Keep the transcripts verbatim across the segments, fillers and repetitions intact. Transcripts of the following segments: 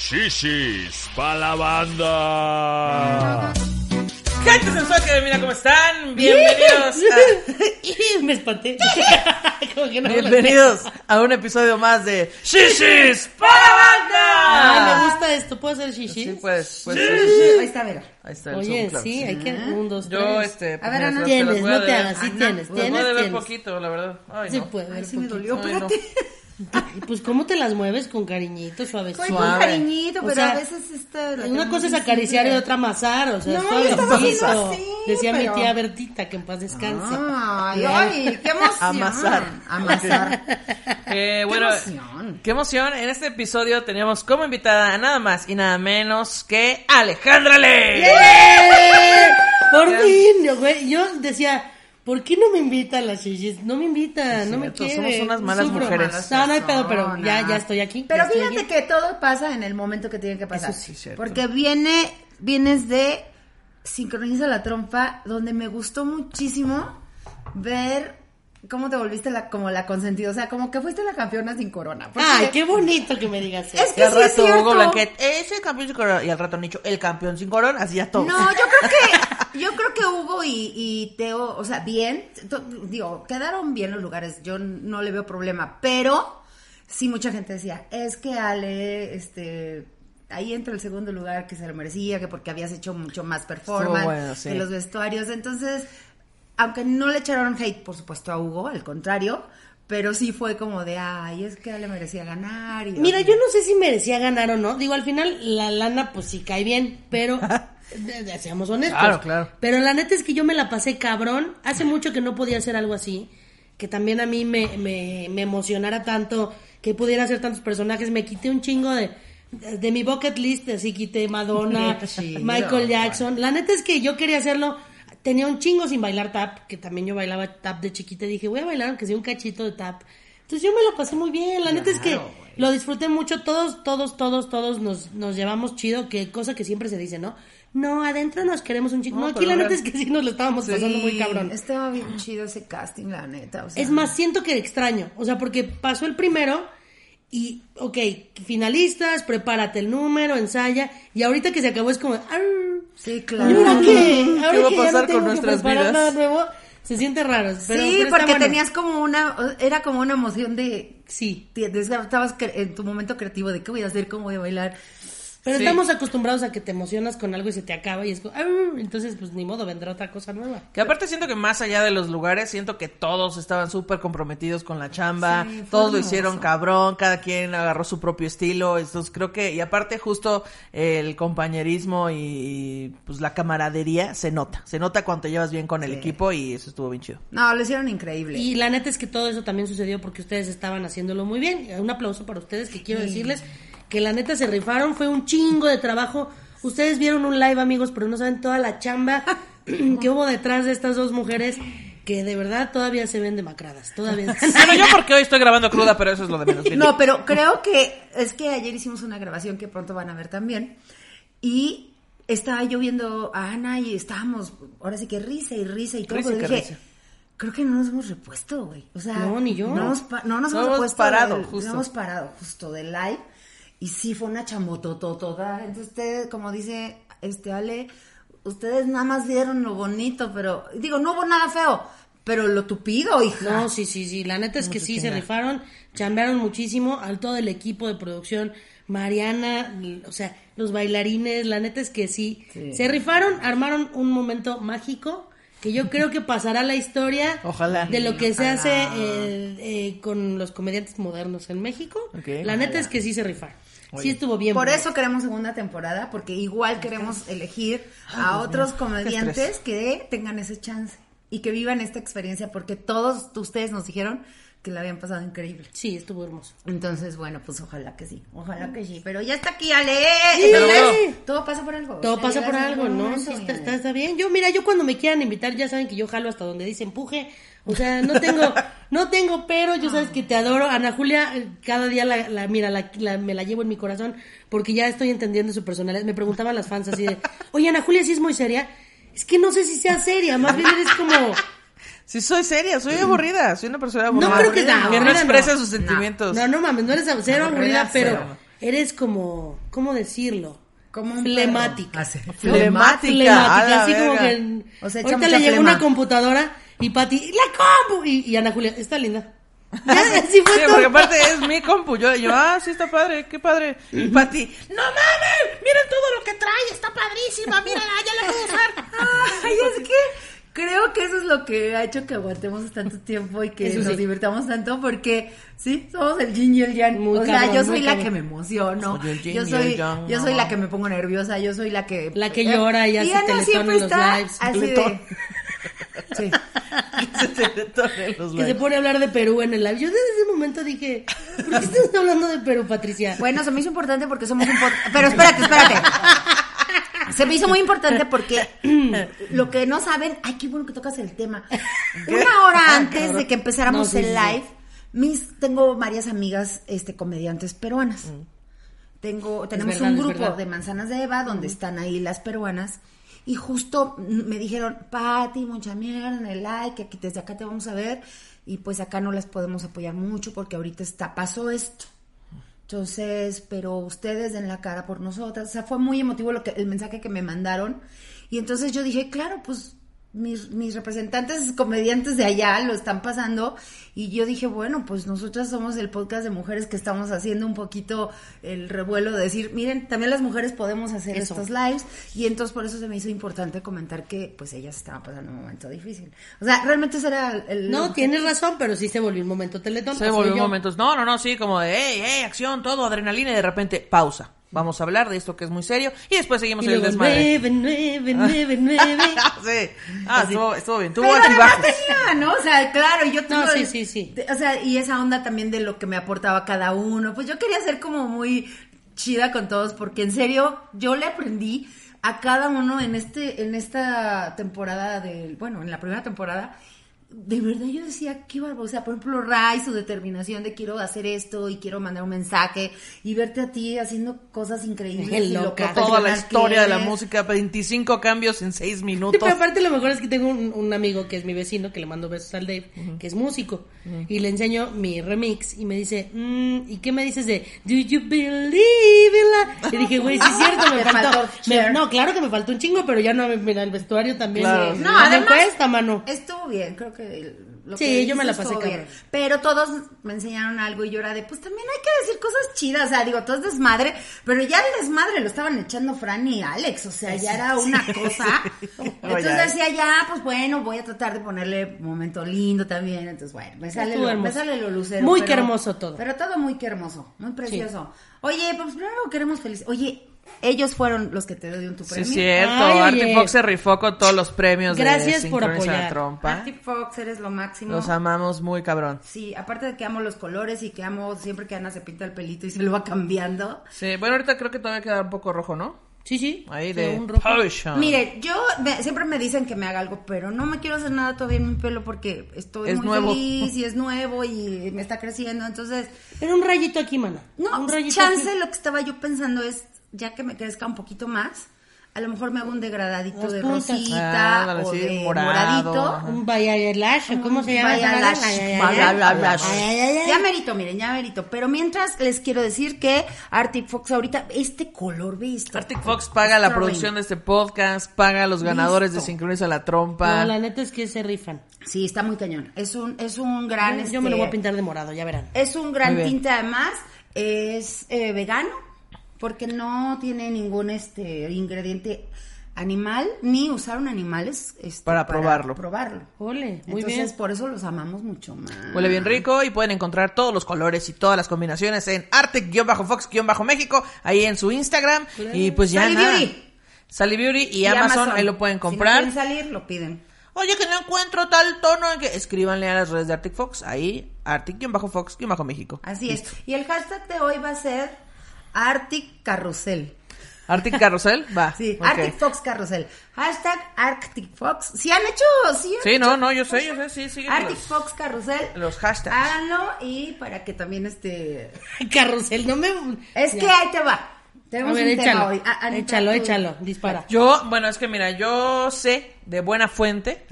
Shishis pa' la banda. Gente sensual que mira cómo están. Bienvenidos a... Me espanté. que no Bienvenidos a un episodio más de Shishis pa' la Ay, banda. me gusta esto. ¿Puedo hacer shishi? Sí, puedes. puedes Sí. hacer Sí. shishi. Ahí está, Vera. Ahí está el Oye, Zoom, claro. sí, hay que... Un, dos, tres. Yo, este... A ver, Ana. se Tienes, las voy a no te deber. hagas. Sí Ana, tienes, Las voy a tienes, deber tienes. poquito, la verdad. Ay, Sí no. puede Ay, haber sí me poquito. dolió, Ay, no. espérate. Ay, pues, ¿cómo te las mueves? Con cariñito, suave, Fue suave. con cariñito, O pero sea, a veces esta... la Una tengo cosa es muy acariciar y sensible. otra amasar, o sea, No, suavecito. yo estaba haciendo así, Decía pero- mi tía Bertita, que en paz descanse. Ay, ay, qué emoción. Amasar. Amasar. Eh, bueno, Qué emoción. qué emoción. En este episodio tenemos como invitada a nada más y nada menos que Alejandra Ley. ¡Eh! Por fin, yo, güey, yo decía, ¿por qué no me invita a las shishis? No me invita, Es no me cierto, quiere. somos unas malas Sufro. mujeres. No, no hay pedo, pero Personas. ya, ya estoy aquí. Pero ya estoy fíjate aquí. que todo pasa en el momento que tiene que pasar. Eso sí, cierto. Porque viene, vienes de Sincroniza la Trompa, donde me gustó muchísimo ver cómo te volviste la, como la consentida. O sea, como que fuiste la campeona sin corona. Porque Ay, qué bonito que me digas eso. Es Y que al sí es rato cierto. Hugo Blanquet, ese campeón sin corona. Y al rato Nicho, el campeón sin corona. Así ya todo. No, yo creo que yo creo que Hugo y, y Teo, o sea, bien, to- digo, quedaron bien los lugares, yo no le veo problema, pero sí mucha gente decía, es que Ale, este, ahí entra el segundo lugar que se lo merecía, que porque habías hecho mucho más performance, Estuvo bueno, sí. que los vestuarios, entonces, aunque no le echaron hate, por supuesto, a Hugo, al contrario, pero sí fue como de, ay, es que Ale merecía ganar. Y Mira, yo no sé si merecía ganar o no. Digo, al final la lana pues sí cae bien, pero de- de- seamos honestos. Claro, claro. Pero la neta es que yo me la pasé cabrón. Hace mucho que no podía hacer algo así, que también a mí me, me, me emocionara tanto, que pudiera hacer tantos personajes. Me quité un chingo de, de, de mi bucket list, así quité Madonna, Qué chido, Michael Jackson. La neta es que yo quería hacerlo. Tenía un chingo sin bailar tap, que también yo bailaba tap de chiquita. Y dije, voy a bailar aunque sea un cachito de tap. Entonces yo me lo pasé muy bien. La neta es que lo disfruté mucho. Todos, todos, todos, todos nos, nos llevamos chido. Que cosa que siempre se dice, ¿no? No, adentro nos queremos un chingo. No, No, aquí pero la la- neta es que sí nos lo estábamos pasando muy cabrón. Estaba bien chido ese casting, la neta. O sea, Es más, siento que extraño. O sea, porque pasó el primero y, ok, finalistas, prepárate el número, ensaya. Y ahorita que se acabó es como, "Arr". sí, ¿Y claro. ahora qué? Ahora va a que ya pasar no con tengo que nuestras preparar vidas? nada nuevo, se siente raro. Pero, Sí, pero está porque bueno. tenías como una, era como una emoción de, Sí, de- de- estabas cre- en tu momento creativo de qué voy a hacer, cómo voy a bailar. pero Sí. estamos acostumbrados a que te emocionas con algo y se te acaba y es como, "Arr", entonces pues ni modo, vendrá otra cosa nueva. Que aparte siento que más allá de los lugares, siento que todos estaban súper comprometidos con la chamba, Sí, fue todos lo hermoso. hicieron cabrón, cada quien agarró su propio estilo, entonces creo que, y aparte justo el compañerismo y, y, pues la camaradería se nota, se nota cuando te llevas bien con el Sí. equipo y eso estuvo bien chido. No, lo hicieron increíble. Y la neta es que todo eso también sucedió porque ustedes estaban haciéndolo muy bien. Un aplauso para ustedes, que quiero decirles que la neta se rifaron, fue un chingo de trabajo. Ustedes vieron un live, amigos, pero no saben toda la chamba que hubo detrás de estas dos mujeres que de verdad todavía se ven demacradas. Todavía Bueno, yo porque hoy estoy grabando cruda, pero eso es lo de menos. No, pero creo que es que ayer hicimos una grabación que pronto van a ver también. Y estaba yo viendo a Ana y estábamos, ahora sí que risa y risa y todo. Risa y pero que dije, risa. creo que no nos hemos repuesto, güey. O sea, No, ni yo. No, hemos pa- no nos No hemos hemos repuesto. parado, del- justo. No hemos parado justo del live. Y sí, fue una chambototota. Entonces ustedes, como dice este Ale, ustedes nada más vieron lo bonito, pero digo, no hubo nada feo, pero lo tupido, hija. No, sí, sí, sí. La neta es que sí, se rifaron, chambearon muchísimo al todo el equipo de producción. Mariana, l- o sea, los bailarines, la neta es que sí. Sí. Se rifaron, armaron un momento mágico que yo creo que pasará a la historia Ojalá. de lo que se Ojalá. hace eh, eh, con los comediantes modernos en México. Ok, la neta es que sí se rifaron. Sí estuvo bien. Por bueno. eso queremos segunda temporada, porque igual queremos elegir a otros comediantes que tengan ese chance y que vivan esta experiencia, porque todos ustedes nos dijeron que la habían pasado increíble. Sí, estuvo hermoso. Entonces, bueno, pues ojalá que sí, ojalá que sí. Pero ya está aquí, Ale. Sí. Entonces, todo pasa por algo. Todo O sea, pasa por llegas en algo, algún ¿no? momento Sí, y está, Ale. está, está bien. Yo, mira, yo cuando me quieran invitar, ya saben que yo jalo hasta donde dice empuje. O sea, no tengo, no tengo, pero yo sabes que te adoro. Ana Julia, eh, cada día la, la mira, la, la- me la llevo en mi corazón porque ya estoy entendiendo su personalidad. Me preguntaban las fans así de, oye, Ana Julia, ¿sí es muy seria? Es que no sé si sea seria, más bien eres como... Sí, soy seria, soy aburrida, soy una persona aburrida. No creo que aburrida no, que no aburrida expresa no. sus sentimientos. No, no mames, no eres cero aburrida, Aburrida, pero cero. eres como, ¿cómo decirlo? Como un flemática. Ah, sí. Flemática. Flemática, a la así como verga. que O sea, echa ahorita mucha le llegó flema. una computadora y Pati, ¡la compu! Y, y Ana Julia, está linda. Ya, así fue Sí, todo. porque aparte es mi compu. Yo, yo, ah, sí está padre, qué padre. Y Pati, no mames, miren todo lo que trae, está padrísima, mírala, ya la puedo usar. Ay, es que creo que eso es lo que ha hecho que aguantemos tanto tiempo y que Eso nos sí. divirtamos tanto porque sí, somos el yin y el yang. Muy o sea, cabrón, yo soy muy la cabrón. que me emociono. Soy el yin yo y soy el yang, yo soy no. la que me pongo nerviosa, yo soy la que La que llora y hace Ana teletón siempre en los está lives. así Teletón. de Sí. Se te detonan los Que se lives. pone a hablar de Perú en el live. Yo desde ese momento dije, ¿por qué estás hablando de Perú, Patricia? Bueno, se me hizo importante porque somos un pod- pero espérate, espérate. Se me hizo muy importante porque lo que no saben, ay, qué bueno que tocas el tema. Una hora antes de que empezáramos No, sí, el sí, sí. live, mis tengo varias amigas este comediantes peruanas. Tengo tenemos verdad, un es grupo verdad. de Manzanas de Eva donde están ahí las peruanas y justo me dijeron, "Pati, mucha mierda en el live, que aquí desde acá te vamos a ver y pues acá no las podemos apoyar mucho porque ahorita está pasó esto." Entonces, pero ustedes den la cara por nosotras. O sea, fue muy emotivo lo que el mensaje que me mandaron. Y entonces yo dije, claro, pues mis, mis representantes comediantes de allá lo están pasando. Y yo dije, bueno, pues nosotras somos el podcast de mujeres que estamos haciendo un poquito el revuelo de decir, miren, también las mujeres podemos hacer Eso. estos lives. Y entonces por eso se me hizo importante comentar que pues ellas estaban pasando un momento difícil. O sea, realmente ese era el... el No, objetivo. tienes razón, pero sí se volvió un momento teletón. Se así volvió yo. momentos. No, no, no, sí, como de, hey, hey, acción, todo, adrenalina, y de repente, pausa. Vamos a hablar de esto que es muy serio, y después seguimos Y en el luego desmadre. nueve, nueve, nueve, nueve. Sí. Ah, estuvo, estuvo bien. Tuvo Pero altibajos. además tenía, ¿no? O sea, claro, yo No, tuve- sí, sí, sí. O sea, y esa onda también de lo que me aportaba cada uno. Pues yo quería ser como muy chida con todos, porque en serio, yo le aprendí a cada uno en este, en esta temporada del, bueno, en la primera temporada. De verdad yo decía, qué bárbaro, o sea, por ejemplo, Ray, su determinación de quiero hacer esto y quiero mandar un mensaje y verte a ti haciendo cosas increíbles Qué y lo loca. Toda la profesional historia que de la eres. música, veinticinco cambios en seis Sí, minutos. pero aparte lo mejor es que tengo un, un amigo que es mi vecino, que le mando besos al Dave, que es músico, y le enseño mi remix y me dice, mm, ¿y qué me dices de Do you believe in la? Y dije, güey, sí es cierto, me Te faltó. faltó me- Cher. no, claro que me faltó un chingo, pero ya no, mira, el vestuario también. Claro. me- No, me además cuesta, mano. estuvo bien, creo que lo Sí, que yo me la dijiste pasé estuvo cabrón. bien. Pero todos me enseñaron algo y yo era de, pues también hay que decir cosas chidas, o sea, digo, todo es desmadre, pero ya el desmadre lo estaban echando Fran y Alex, o sea, ya era una cosa. Entonces ya. decía, ya, pues bueno, voy a tratar de ponerle un momento lindo también, entonces bueno, me sale, Estuvo lo, me hermoso. sale lo lucero. Muy pero- que hermoso todo. Pero todo muy que hermoso, muy precioso. Oye, pues primero queremos feliz. Oye, ellos fueron los que te dieron tu Sí, premio. es cierto. Ay, oye. Artie Fox se rifó con todos los premios Gracias de por Sincroniza la apoyar. Trompa. Artie Fox, eres lo máximo. Los amamos muy cabrón. Sí, aparte de que amo los colores y que amo siempre que Ana se pinta el pelito y se lo va cambiando. Sí, bueno, ahorita creo que todavía queda un poco rojo, ¿no? Sí, sí. Ahí fue de un rojo. Potion. Mire, yo me- siempre me dicen que me haga algo, pero no me quiero hacer nada todavía en mi pelo porque estoy Es muy nuevo. feliz y es nuevo y me está creciendo, entonces Era un rayito aquí, mana. no, un rayito chance aquí. lo que estaba yo pensando es ya que me crezca un poquito más, a lo mejor me hago un degradadito Las de puntas. rosita Ah, ándale, o sí, de morado, moradito. ajá. Un bayalash, ¿cómo se llama? Bayalash, Ay, ay, ay, bayalash. ay, ay, ay, ay. Ya merito, miren, ya merito. Pero mientras les quiero decir que Arctic Fox ahorita, este color, ¿viste? Arctic Fox paga la Sterling. producción de este podcast, paga a los ganadores Listo. de Sincroniza la Trompa. No, la neta es que se rifan. Sí, está muy cañón. Es un, es un gran. Yo, este, yo me lo voy a pintar de morado, ya verán. Es un gran Muy bien. tinte, además. Es eh, vegano, porque no tiene ningún este ingrediente animal, ni usaron animales este, Para probarlo. probarlo. Ole, muy Entonces, bien. por eso los amamos mucho más. Huele bien rico y pueden encontrar todos los colores y todas las combinaciones en Arctic-Fox-México, ahí en su Instagram. Y pues ya Sally nada. Beauty. Sally Beauty y, Amazon, ahí lo pueden Si comprar. no quieren salir, lo piden. Oye, que no encuentro tal tono en que... Escríbanle a las redes de Arctic Fox, ahí, Arctic-Fox-México. Así es. Y el hashtag de hoy va a ser Arctic Carrusel. Arctic Carrusel, va. Sí, ok. Arctic Fox Carrusel. Hashtag Arctic Fox. Si han hecho, sí. han Sí, hecho no, no, yo sé, yo sé, sí, sí. Arctic los, Fox Carrusel. los hashtags. Háganlo y para que también este... Carrusel, no me... Es Ya. que ahí te va. Tenemos A ver, un tema échalo, hoy. A- Anita, échalo, tú- échalo, dispara. Yo, bueno, es que mira, yo sé de buena fuente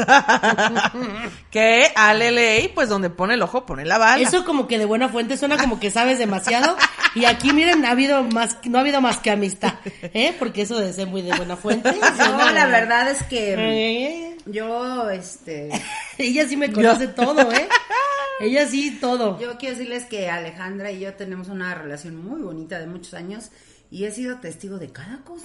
que Ale Ley, pues donde pone el ojo, pone la bala. Eso como que de buena fuente suena como que sabes demasiado. Y aquí, miren, ha habido más, no ha habido más que amistad, ¿eh? Porque eso de ser muy de buena fuente. No, la verdad es Ay, que ay, ay. yo, este, Ella sí me conoce todo, ¿eh? Ella sí, todo. yo quiero decirles que Alejandra y yo tenemos una relación muy bonita de muchos años y he sido testigo de cada cosa.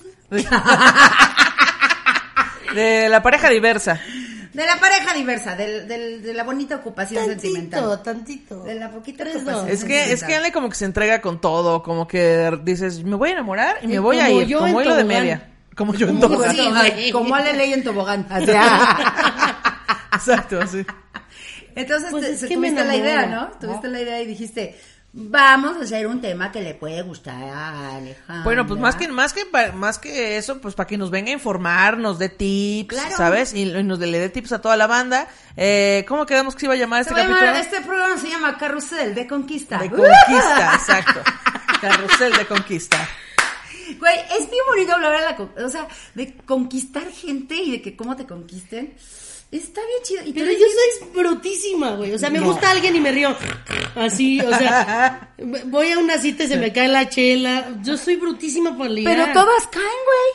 De la pareja diversa. De la pareja diversa, del, del, de la bonita ocupación Tantito, sentimental. tantito. De la poquita Tres, ocupación dos. Es que, es que sentimental. Ale como que se entrega con todo, como que dices, me voy a enamorar y me Eh, voy a como ir, yo como en hilo de tobogán. media. Como yo en Como tobogán. Sí, güey, como Ale ley en tobogán. O sea, Exacto, sí. entonces Pues te- es se- que me tuviste la idea, enamoro, ¿no? Tuviste la idea y dijiste, vamos a hacer un tema que le puede gustar a Alejandra. Bueno, pues más que más que pa- más que eso, pues para que nos venga a informar, nos dé tips, Claro. ¿sabes? Y, y nos le dé tips a toda la banda. Eh, ¿Cómo quedamos que se iba a llamar Se este va a capítulo? llamar- este programa se llama Carrusel de Conquista. De conquista, exacto. Carrusel de conquista. Güey, es bien bonito hablar a la, con- o sea, de conquistar gente y de que cómo te conquisten. Está bien chido. Y tú Pero eres yo bien- soy brutísima, güey. O sea, me gusta alguien y me río. Así, o sea, voy a una cita y se me cae la chela. Yo soy brutísima por ligar. Pero todas caen,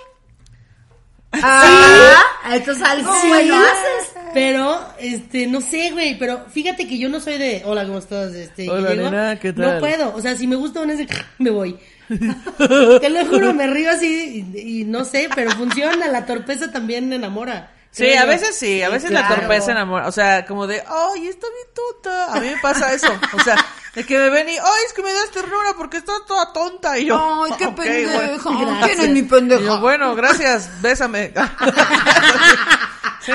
güey. Ah, entonces algo Sí, bueno haces. pero, este, no sé, güey, pero fíjate que yo no soy de, hola, ¿cómo estás? Este, Hola, Guillermo. nena, ¿qué tal? No puedo, o sea, si me gusta una, me voy. Te lo juro, me río así y, y no sé, pero funciona, la torpeza también enamora. Sí, Creo a yo. veces sí, a Sí, veces la claro. torpeza enamora, o sea, como de, ay, está bien tonta, a mí me pasa eso, o sea, de que me ven y, ay, es que me das ternura porque estás toda tonta, y yo, Ay, qué "Ok, pendeja. bueno". ¿Quién es mi Y pendeja? yo, bueno, gracias, bésame. Sí,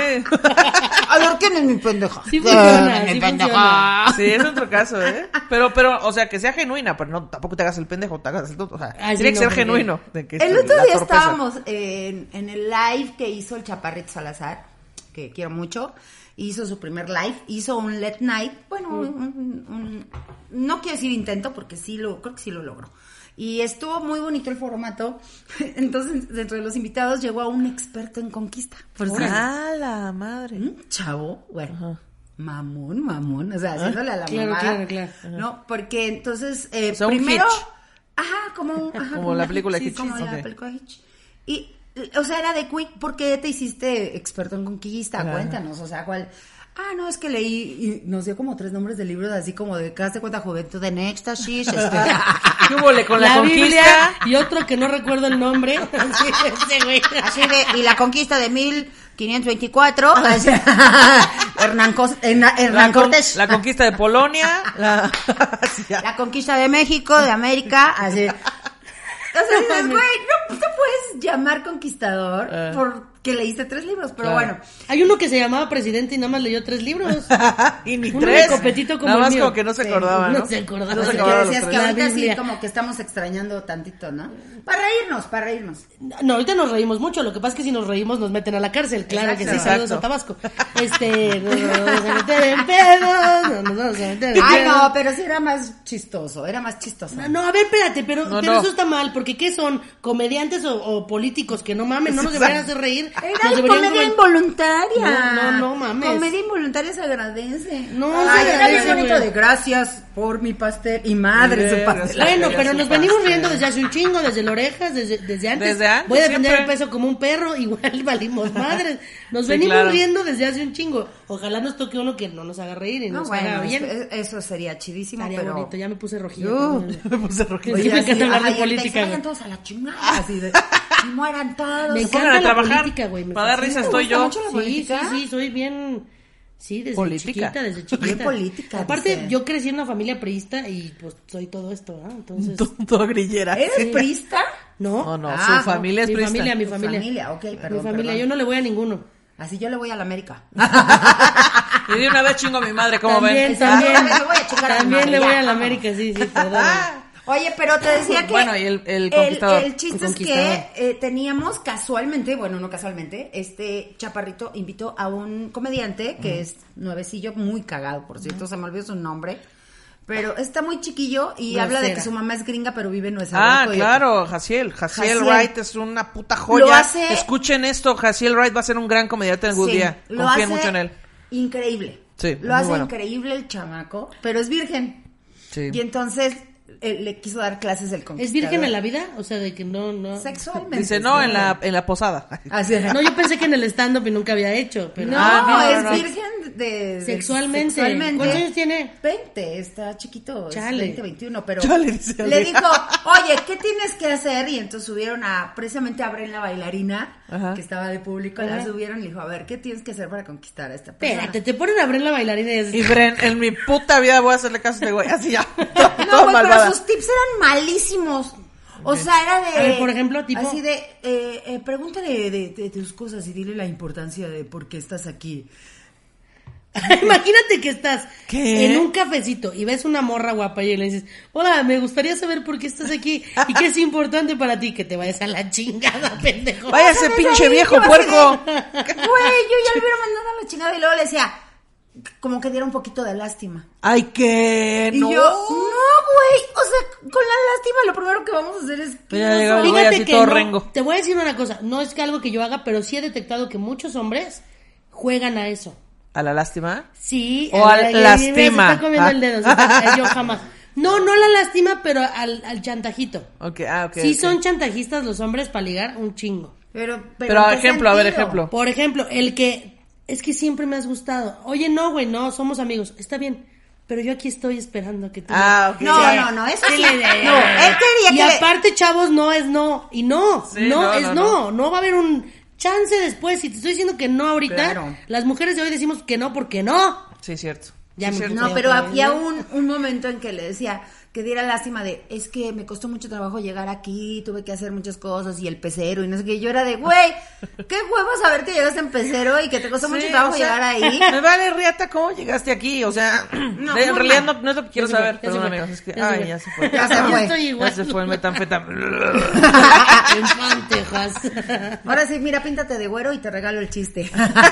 A ver, ¿quién es mi pendeja? Sí funciona, Mi sí pendeja. funciona. sí, es otro caso, ¿eh? Pero, pero, o sea, que sea genuina, pero no, tampoco te hagas el pendejo, te hagas el tonto, o sea, Ay, sí, tiene que no, ser porque- genuino. De que El es otro la día torpeza. estábamos en, en el live que hizo el Chaparrito Salazar, que quiero mucho. Hizo su primer live, hizo un late night. Bueno, un, un- un- no quiero decir intento porque sí lo, creo que sí lo logró. Y estuvo muy bonito el formato. Entonces, dentro de los invitados llegó a un experto en conquista. Por si- Ah, la madre. un chavo, bueno, mamón, mamón, o sea, haciéndole a la Claro, mamada. claro, claro. No, porque entonces, eh, O sea, un primero, Hitch. ajá, como, un- ajá, Como como la una película sí, Hitch. como la Ok. película Hitch. Y, o sea, era de Quick, ¿por qué te hiciste experto en conquista? Claro. Cuéntanos, o sea, ¿cuál? Ah, no, es que leí, y nos dio como tres nombres de libros, así como de, ¿qué hace cuenta? Juventud en éxtasis, este... ¿Qué hubo con la, La conquista? Biblia y otro que no recuerdo el nombre. Así, ese güey. Así de, y la conquista de mil quinientos veinticuatro, así, Hernán, Cos- Hernán La, con- Cortés. la conquista de Polonia, la... sí, ya. La conquista de México, de América, así. O sea, dices, güey, no te puedes llamar conquistador Eh. porque leíste tres libros, pero Claro. bueno. Hay uno que se llamaba presidente y nada más leyó tres libros. y ni Uno tres. de copetito como Nada el más mío. como que no se Sí, acordaba, ¿no? no se acordaba. No se Así que acordaba los decías que tres. La ahorita sí Biblia. como que estamos extrañando tantito, ¿no? Para reírnos, para reírnos. No, ahorita nos reímos mucho. Lo que pasa es que si nos reímos nos meten a la cárcel. Claro que sí, Exacto. saludos a Tabasco. Este, no nos vamos a meter en pedos. No nos vamos a meter en Ay, pedos. no, pero sí era más chistoso, era más chistoso. No, a ver, espérate, pero, No, pero no. eso está mal, porque ¿qué son? ¿Comediantes o, o políticos que no mamen? No nos Exacto. deberían hacer reír. Era Nos deberían comedia comen- involuntaria. No, no, no mames. Comedia involuntaria se agradece. No, Ay, se era bien agradece, bonito güey. de gracias por mi pastel y madre su Verga, pastel. Bueno, Ya pero su nos venimos pastel. riendo desde hace un chingo, desde las orejas, desde, desde antes. Desde antes, Voy a defender siempre. el peso como un perro, igual valimos madres. Nos Sí, venimos claro. riendo desde hace un chingo. Ojalá nos toque uno que no nos haga reír y No, nos bueno, haga bien. es- eso sería chidísimo, Estaría pero... bonito, ya me puse rojilla. Uh, también. Me puse rojito. Sí, Oye, me así, encanta hablar de ay, ahorita política, se vayan güey. todos a la chingada, así de, y mueran todos. Me Se pongan encanta a la trabajar. política, güey. me Para dar fascina. risa estoy ¿Te gusta yo. mucho la Sí, política? sí, sí, soy bien... Sí, desde Política. chiquita, desde chiquita. política, Aparte, dice. yo crecí en una familia priista y pues soy todo esto, ¿no? Entonces... Todo grillera. ¿Eres prista? No, No, no, Ah, su familia es mi prista. familia, mi Tu familia. familia, ok, perdón, Mi familia, perdón. yo no le voy a ninguno. Así yo le voy a la América. Y de una vez chingo a mi madre, ¿cómo También, ven? también, Ah, le voy a chingar a mi también madre, le voy ya. a la América, sí, sí, perdón. Oye, pero te decía que... Bueno, y el- el conquistador. El, chiste El es que conquistador. eh, teníamos casualmente, bueno, no casualmente, este Chaparrito invitó a un comediante que es nuevecillo, muy cagado, por cierto, se me olvidó su nombre. Pero está muy chiquillo y Grosera. habla de que su mamá es gringa, pero vive en Nueva Ah, York. claro, Jaciel. Jaciel Jaciel. Wright es una puta joya. Lo hace- Escuchen esto, Jaciel Wright va a ser un gran comediante en el Good Sí, Día. lo Confíen hace mucho en él. Increíble. Sí, Lo muy hace bueno. increíble el chamaco, pero es virgen. Sí. Y entonces eh, le quiso dar clases del ¿Es conquistador. virgen en la vida? O sea, de que no, no... Sexualmente. Dice, no, sí. en la, en la posada. Así No, yo pensé que en el stand-up y nunca había hecho, pero... No, Ah, no, es no, no. virgen de, de- Sexualmente. sexualmente. ¿Cuántos años tiene? veinte, está chiquito, es Chale. veinte, veintiuno, pero Chale, dice le Ale. dijo, oye, ¿qué tienes que hacer? Y entonces subieron a, precisamente a Bren la bailarina, Ajá. que estaba de público, la Ajá. subieron y le dijo, a ver, ¿qué tienes que hacer para conquistar a esta persona? Espérate, te ponen a abrir la bailarina y Y es... Bren, en mi puta vida voy a hacerle caso a este güey. Así ya. No, Toda güey, malvada. pero sus tips eran malísimos. O sea, era de... A ver, por ejemplo, tipo- Así de, eh, eh, pregúntale de, de tus cosas y dile la importancia de por qué estás aquí. Imagínate que estás ¿Qué? en un cafecito y ves una morra guapa y le dices, hola, me gustaría saber por qué estás aquí y qué es importante para ti, que te vayas a la chingada, pendejo. Váyase, pinche Ahí, viejo yo así puerco. de, Güey, yo ya le hubiera mandado a la chingada y luego le decía, como que diera un poquito de lástima. Ay, que Y no. yo, no, güey, o sea, con la lástima lo primero que vamos a hacer es... que Ya no llegaba el somos- güey Fíjate así que todo no, rengo. te voy a decir una cosa, no es que algo que yo haga, pero sí he detectado que muchos hombres juegan a eso. ¿A la lástima? Sí. O al ay, ay, ay, lastima. mira, se está comiendo Ah. el dedo, se está- yo jamás. No, no la lastima, pero al, al chantajito. Ok, ah, ok. Sí ok. son chantajistas los hombres para ligar un chingo. Pero, pero, Pero, ¿en qué ejemplo, a ver, sentido? ejemplo. Por ejemplo, el que es que siempre me has gustado. Oye, no, güey, no, somos amigos. Está bien, pero yo aquí estoy esperando que tú... Ah, ok. No, ya. no, no, eso Sí, sí. le- No, él quería y que... le- aparte, chavos, no es no. Y no, Sí, no, no, es no, no. no. va a haber un chance después. Si te estoy diciendo que no ahorita, Claro. las mujeres de hoy decimos que no porque no. Sí, cierto. Ya Sí, me cierto. puse- No, pero otra vez, había ¿no? un, un momento en que le decía que diera lástima de, es que me costó mucho trabajo llegar aquí, tuve que hacer muchas cosas y el pecero y no sé qué. Yo era de, güey, qué huevo saber que llegaste en pecero y que te costó Sí, mucho trabajo o sea, llegar ahí. Me vale riata cómo llegaste aquí, o sea, No, de- en muy realidad mal. no, no es lo que quiero Ya se fue, saber, ya perdón se fue. amigos, es que, Ya se ay, fue. ya se fue. Ya se Yo fue. estoy Ya igual. se fue el metanfetamina. Infantejas. Ahora sí, mira, píntate de güero y te regalo el chiste.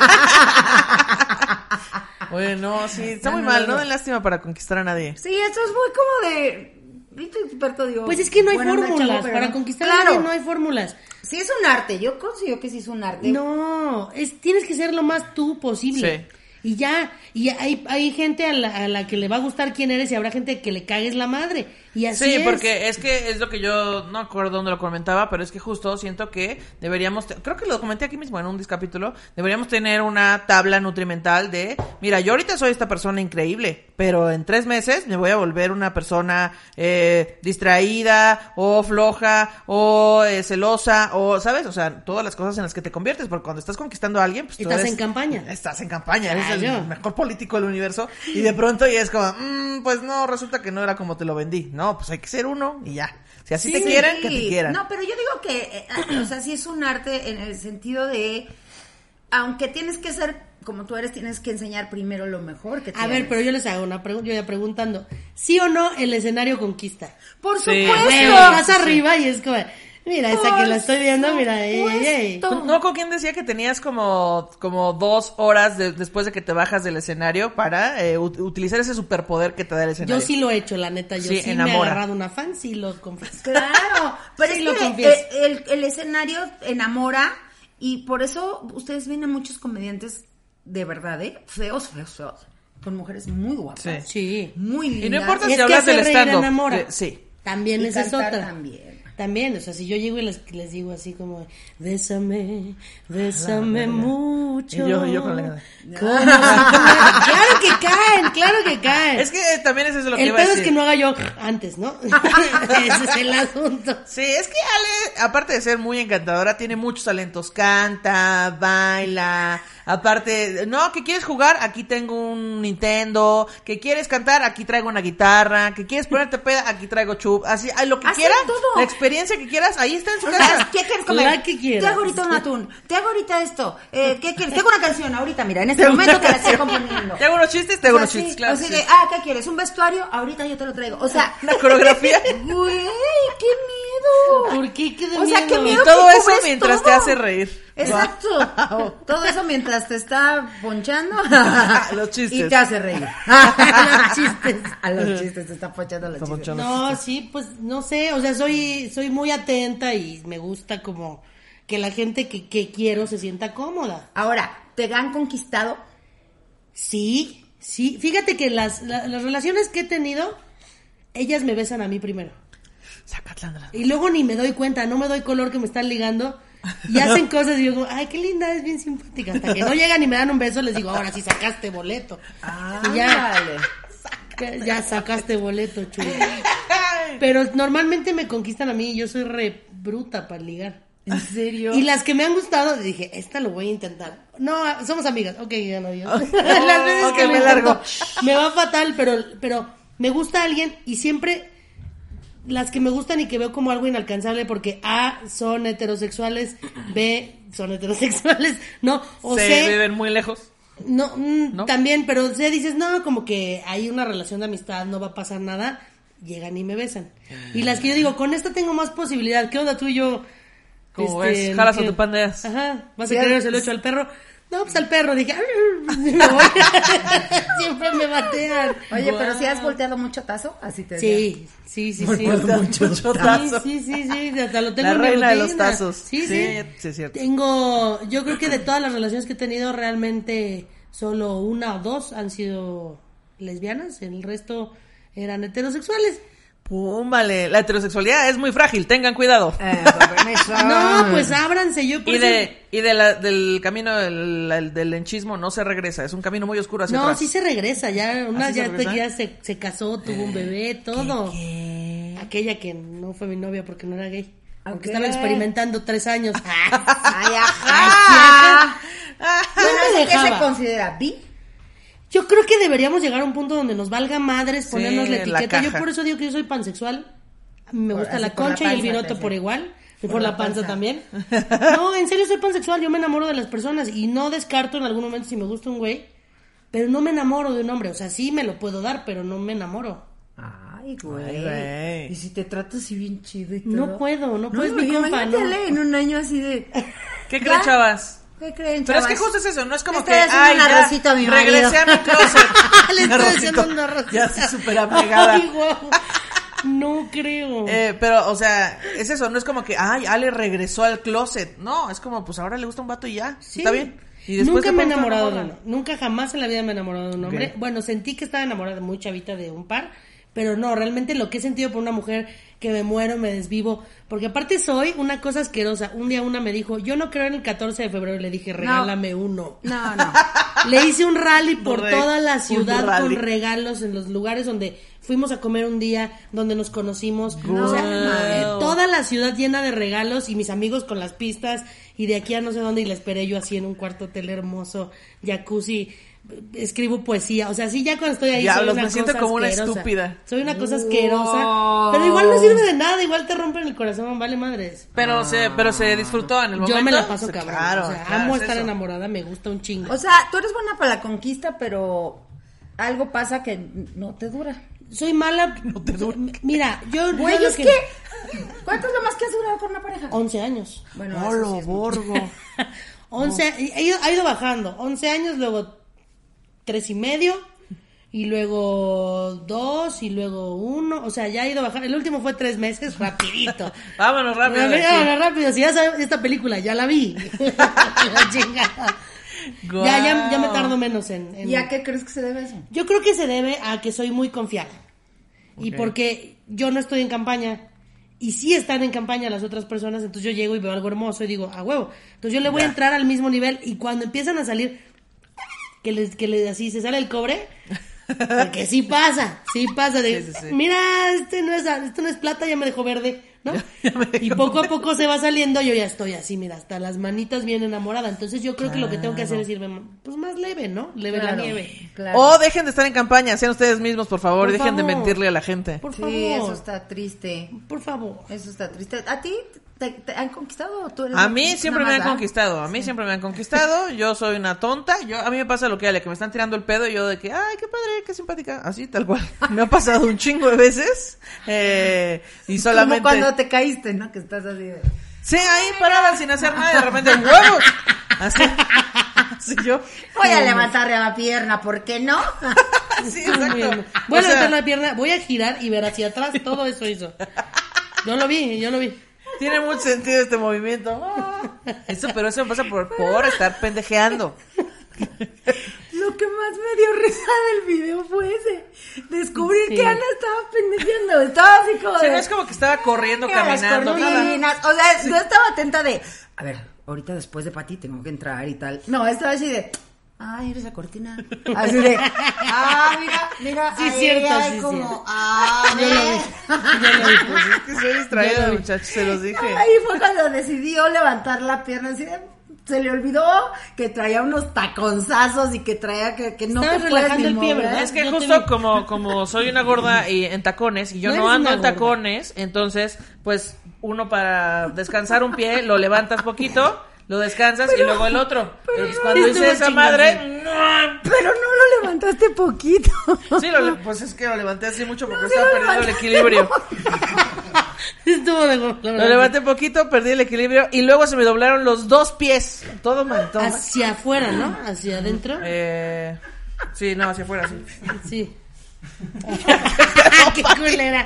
Oye, no, sí, está No, muy no, mal, no, no no. den lástima para conquistar a nadie. Sí, esto es muy como de... ¿Viste, experto? Digo, Pues es que no hay buena onda, fórmulas. chavo, pero Para no. conquistar a Claro, alguien no hay fórmulas. sí es un arte. Yo considero que sí es un arte. No, es, tienes que ser lo más tú posible. Sí. Y ya, y hay, hay gente a la, a la que le va a gustar quién eres y habrá gente que le cagues la madre. Y así Sí, es. porque es que es lo que yo no acuerdo dónde lo comentaba, pero es que justo siento que deberíamos, te- creo que lo comenté aquí mismo en un discapítulo, deberíamos tener una tabla nutrimental de, mira, yo ahorita soy esta persona increíble, pero en tres meses me voy a volver una persona eh, distraída o floja o eh, celosa o, ¿sabes? O sea, todas las cosas en las que te conviertes, porque cuando estás conquistando a alguien, pues tú Estás eres- en campaña. Estás en campaña, eres el Claro. mejor político del universo y de pronto ya es como, mm, pues no, resulta que no era como te lo vendí. No, pues hay que ser uno y ya. Si así Sí, te quieren, que te quieran. No, pero yo digo que, eh, o sea, sí es un arte en el sentido de, aunque tienes que ser como tú eres, tienes que enseñar primero lo mejor que A tienes. ver, pero yo les hago una pregunta, yo ya preguntando, ¿sí o no el escenario conquista? Por Sí. supuesto. Güey, estás arriba y es como, mira, esa Por que la estoy viendo, mira, ey, ey, ey. supuesto. No, ¿con quién decía que tenías como, como dos horas de- después de que te bajas del escenario para eh, ut- utilizar ese superpoder que te da el escenario? Yo sí lo he hecho, la neta, yo Sí, sí, me he enamora. agarrado una fan, sí lo confieso. Claro, pero Sí, es lo que confieso. el, el- el escenario enamora y por eso ustedes ven a muchos comediantes de verdad, ¿eh? Feos, feos, feos. Con mujeres muy guapas. Sí. Sí. Muy lindas. Y no importa Es si que hablas hacer del reír stand-up. enamora. eh, Sí. También Y esa es cantar otra. también. También, o sea, si yo llego y les, les digo así como, bésame, bésame mucho. Y yo- yo con la- ¿Cómo? Claro que caen, claro que caen. Es que eh, también es eso lo que el iba a pedo es decir. que no haga yo antes, ¿no? Ese es el asunto. Sí, es que Ale, aparte de ser muy encantadora, tiene muchos talentos. Canta, baila. Aparte, no, que quieres jugar, aquí tengo un Nintendo. Que quieres cantar, aquí traigo una guitarra. Que quieres ponerte peda, aquí traigo chup. Así, ay, lo que Hace quieras, todo. la experiencia que quieras, ahí está en su O sea, casa. ¿qué quieres comer? La que quieras. Te hago ahorita un atún. Te hago ahorita esto. Eh, ¿Qué quieres? Tengo una canción ahorita, mira, en este Te hago momento una te la estoy canción. componiendo. Te hago unos chistes, te hago O sea, unos chistes, sí, claro. así sí. de, ah, ¿qué quieres? ¿Un vestuario? Ahorita yo te lo traigo. O sea, Una coreografía. güey, qué miedo. ¿Por qué? ¿Qué de O sea, miedo? qué Y miedo. todo que eso cubres mientras todo. te hace reír. Exacto. Todo eso mientras te está ponchando. Los chistes. Y te hace reír. Los chistes. A los chistes, te está ponchando los Está chistes. ponchando. No, sí, pues no sé, o sea, soy soy muy atenta y me gusta como que la gente que, que quiero se sienta cómoda. Ahora, ¿te han conquistado? Sí, sí, fíjate que las, la- las relaciones que he tenido, ellas me besan a mí primero. Zacatlán de las- Y luego ni me doy cuenta, no me doy color que me están ligando. Y hacen cosas y yo como, ay, qué linda, es bien simpática. Hasta que no llegan y me dan un beso, les digo, ahora sí sacaste boleto. Y ya, Ándale. ya, ya sacaste boleto, chulo. Pero normalmente me conquistan a mí y yo soy re bruta para ligar. ¿En serio? Y las que me han gustado, dije, esta lo voy a intentar. No, somos amigas. Ok, ya no, yo. Las veces Ok, que me me largo. largo. Me va fatal, pero, pero me gusta alguien y siempre las que me gustan y que veo como algo inalcanzable porque A, son heterosexuales, B, son heterosexuales, no, o Se C, viven muy lejos. no, mm, ¿No? también, pero C dices, no, como que hay una relación de amistad, no va a pasar nada, llegan y me besan. Y las que yo digo, con esta tengo más posibilidad, ¿qué onda tú y yo? ¿Cómo ves? ¿Jalas o te pandeas? Ajá, vas Sí, a querer es- se lo echo al perro. No, pues al perro, dije, "Ay, me voy". Siempre me batean. Oye, pero si has volteado mucho tazo, así te Sí, sí, sí, sí. Mucho Sí, tazo. sí, sí, sí, hasta lo tengo La en mi reina de los rutina. tazos. Sí, sí. Sí, sí, es cierto. Tengo, yo creo que de todas las relaciones que he tenido, realmente solo una o dos han sido lesbianas, el resto eran heterosexuales. Púmbale, la heterosexualidad es muy frágil, tengan cuidado. Eh, permiso. No, pues ábranse, yo por Y eso- de y de la, del camino del, el- del lenchismo no se regresa, es un camino muy oscuro hacia No, atrás. sí se regresa, ya una ¿Ah, sí se ya, regresa? Eh, ya se, se casó, tuvo un bebé, todo. ¿Qué? Aquella que no fue mi novia porque no era gay. Porque Ok. estaba experimentando tres años. Ay, ajá. ajá. Yo Bueno, me ¿eso qué se dejaba. considera? ¿Bi? Yo creo que deberíamos llegar a un punto donde nos valga madres ponernos la Sí, la etiqueta. Yo caja. por eso digo que yo soy pansexual. A mí me Por- gusta así la por la concha y el panza, virote te por decía. igual. Y por, Por la la panza panza. también. No, en serio soy pansexual. Yo me enamoro de las personas y no descarto en algún momento si me gusta un güey. Pero no me enamoro de un hombre. O sea, sí me lo puedo dar, pero no me enamoro. Ay, güey. Ay, güey. Y si te tratas así bien chido y todo. No puedo, no puedes, no, mi compa, imagínate, no. Ale, en un año así de... ¿Qué creen, ¿Ya? chavas? ¿Qué creen, Pero es chavas? que justo es eso, no es como Le que, estoy haciendo ay, un ya, arrocito a mi marido. regresé a mi closet. Le estoy Arrocito. haciendo un arroz. Ya estoy súper apegada. Ay, guau. No creo. Eh, pero, o sea, es eso, no es como que, ay, Ale regresó al closet. No, es como, pues ahora le gusta un vato y ya, Sí. está bien. Y después Nunca de me he pronto enamorado de enamora. uno. Nunca jamás en la vida me he enamorado de un hombre. Ok. Bueno, sentí que estaba enamorada muy chavita de un par, pero no, realmente lo que he sentido por una mujer que me muero, me desvivo, porque aparte soy una cosa asquerosa. Un día una me dijo, yo no creo en el catorce de febrero, y le dije, regálame uno. No, no. Le hice un rally por Re- toda la un ciudad rally. con regalos en los lugares donde fuimos a comer un día, donde nos conocimos. No, o sea, madre. eh, toda la ciudad llena de regalos y mis amigos con las pistas y de aquí a no sé dónde y la esperé yo así en un cuarto hotel hermoso, jacuzzi, escribo poesía, o sea, sí ya cuando estoy ahí soy Diablos, una me siento cosa como una asquerosa. estúpida. Soy una cosa asquerosa, Wow. pero igual no sirve de nada, igual te rompen el corazón, vale madres. Pero se, pero se disfrutó en el momento. Yo me la paso Sí, cabrón, Claro, o sea, claro, amo es estar eso. enamorada, me gusta un chingo. O sea, tú eres buena para la conquista, pero algo pasa que no te dura. Soy mala. Mira, yo. Güey, yo lo es que... ¿Cuánto es lo más que has durado con una pareja? once años. Bueno, Oh, eso lo sí es mucho. borgo. once, ha ido, ha ido bajando. once años, luego tres y medio, y luego dos, y luego uno. O sea, ya ha ido bajando. El último fue tres meses, rapidito. Vámonos rápido. de aquí. Vámonos rápido. Si ya sabes, esta película ya la vi. La chingada. Ya, ya, ya me tardo menos en. en- ¿Y a qué crees que se debe eso? Yo creo que se debe a que soy muy confiada. Y Ok. porque yo no estoy en campaña. Y sí están en campaña las otras personas. Entonces yo llego y veo algo hermoso y digo, a huevo. Entonces yo le voy a entrar al mismo nivel. Y cuando empiezan a salir, que les, que les así se sale el cobre. Porque sí pasa, sí pasa. De, Sí, sí, sí. Mira, este no es, esto no es plata, ya me dejó verde, ¿no? Y poco a poco se va saliendo, yo ya estoy así, mira, hasta las manitas bien enamorada. Entonces yo creo que lo que tengo que hacer es irme, pues más leve, ¿no? Leve la Claro, nieve. claro. O dejen de estar en campaña, sean ustedes mismos, por favor, Por y dejen de favor. mentirle a la gente. Por Sí, favor. eso está triste. Por favor. Eso está triste. ¿A ti ¿Te, te han conquistado o tú eres A mí siempre me han más, conquistado, a mí sí. siempre me han conquistado, yo soy una tonta, yo a mí me pasa lo que Ale, que me están tirando el pedo y yo de que, ay, qué padre, qué simpática, así tal cual. Me ha pasado un chingo de veces eh, y solamente... Como cuando te caíste, ¿no? Que estás así de... Sí, ahí parada sin hacer nada y de repente ¡huevos! Así, así yo. Voy a levantarle a la pierna, ¿por qué no? Sí, exacto. Voy a O sea, levantar la pierna, voy a girar y ver hacia atrás, todo eso hizo. Yo lo vi, yo lo vi. tiene mucho sentido este movimiento. Ah, eso, pero eso me pasa por, por estar pendejeando. Lo que más me dio risa del video fue ese. Descubrir Sí. que Ana estaba pendejeando. Estaba así como Sí, de... no es como que estaba corriendo, "Mira las caminando, nada. cortinas". O sea, yo estaba atenta de... A ver, ahorita después de Pati tengo que entrar y tal. No, estaba así de... Ay, eres la cortina. Así de... Ah, mira, mira. Sí, ahí cierto, hay sí, como... cierto. Ah, Yo lo vi. Yo lo vi. Pues es que soy distraída, Ya lo vi. muchachos, se los dije. Ahí fue cuando decidió levantar la pierna así de... Se le olvidó que traía unos taconzazos y que traía que, que no Estabas te puedes relajando ni el pie, mover. ¿verdad? Es que Yo te justo vi. como, como soy una gorda y en tacones y yo No no, eres ando una en gorda. tacones, entonces pues uno para descansar un pie lo levantas poquito, lo descansas y luego el otro. Entonces cuando Estuvo hice esa chingón, madre, Pero no lo levantaste poquito. sí, lo, le- pues es que lo levanté así mucho porque No, sí estaba lo perdiendo el levantaste equilibrio. Estuvo de gordo. Lo levanté poquito, perdí el equilibrio y luego se me doblaron los dos pies. Todo mal, todo mal. Hacia afuera, ¿no? Hacia adentro. Eh, sí, no, hacia afuera, sí. Sí. ¡Qué culera!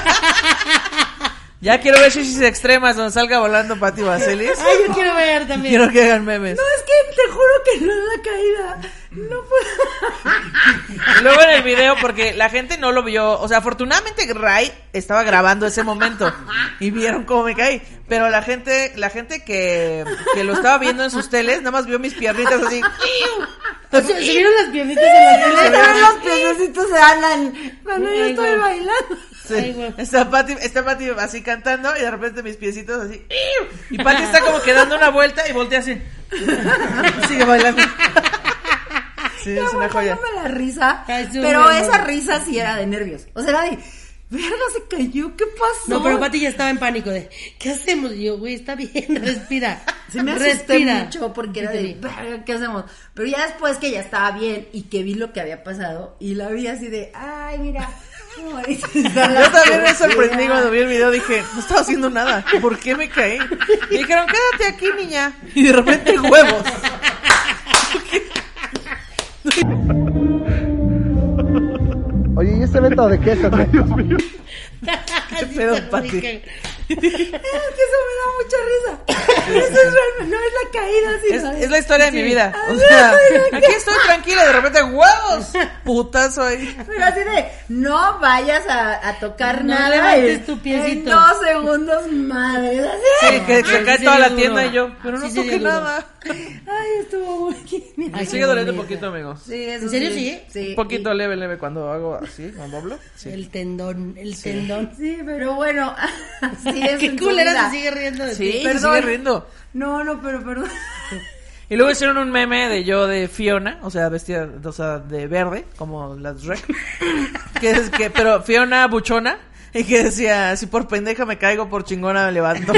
Ya quiero ver shishis extremas donde salga volando Pati Vaselis. Ay, yo quiero ver también. Quiero que hagan memes. No, es que te juro que no es la caída. No puedo. Y luego en el video, porque la gente no lo vio, o sea, afortunadamente Ray estaba grabando ese momento y vieron cómo me caí, pero la gente, la gente que, que lo estaba viendo en sus teles, nada más vio mis piernitas así. O sea, ¿se vieron las piernitas en la tele? Pero los piececitos se andan cuando yo Ay, estoy güey. bailando. Sí. Ay, güey. Está Pati, está Pati así cantando y de repente mis piecitos así. Y Pati está como que dando una vuelta y voltea así. Sigue bailando. Sí, es una joya. Dándome la risa. Ay, estuvo Pero muy esa bueno. risa sí era de nervios. O sea, era de... Verga, se cayó, ¿qué pasó? No, pero Pati ya estaba en pánico de, ¿qué hacemos? Y yo, güey, está bien, respira. Sí me asusté respira. mucho porque era Sí te de, vi. "Verga, ¿qué hacemos?" Pero ya después que ya estaba bien y que vi lo que había pasado y la vi así de, ay, mira. qué bonita está la Yo también me cortina". sorprendí cuando vi el video, dije, no estaba haciendo nada, ¿por qué me caí? Y dijeron, quédate aquí, niña. Y de repente huevos. Oye, ¿y este evento de qué es? Ay, Dios mío. ¿Qué pedo, Pati? Es que eso me da mucha risa. Eso es real- no es la caída, Es, sino es la historia de mi Sí. vida. O sea, aquí estoy tranquila y de repente huevos. Putazo ahí. Pero así de, no vayas a, a tocar No nada. levantes y tu piecito. En dos segundos, madre. Así. Sí, que se Sí, cae sí toda dio la duro. tienda y yo, pero no Sí, sí toqué dio duro. nada. Ay, estuvo muy... Me Ay, sigue qué doliendo bonita. poquito, amigo. Sí, eso ¿En serio sí? Sí. Un poquito leve, leve cuando hago así, con doblo. Sí. El tendón, el tendón. Sí, pero bueno, así es Qué en su culera vida. se sigue riendo de Sí, ti. se Perdón. sigue riendo. No, no, pero perdón. Y luego hicieron un meme de yo de Fiona, o sea, vestida, o sea, de verde, como las Shrek. Que es que, pero Fiona buchona, y que decía, si por pendeja me caigo, por chingona me levanto.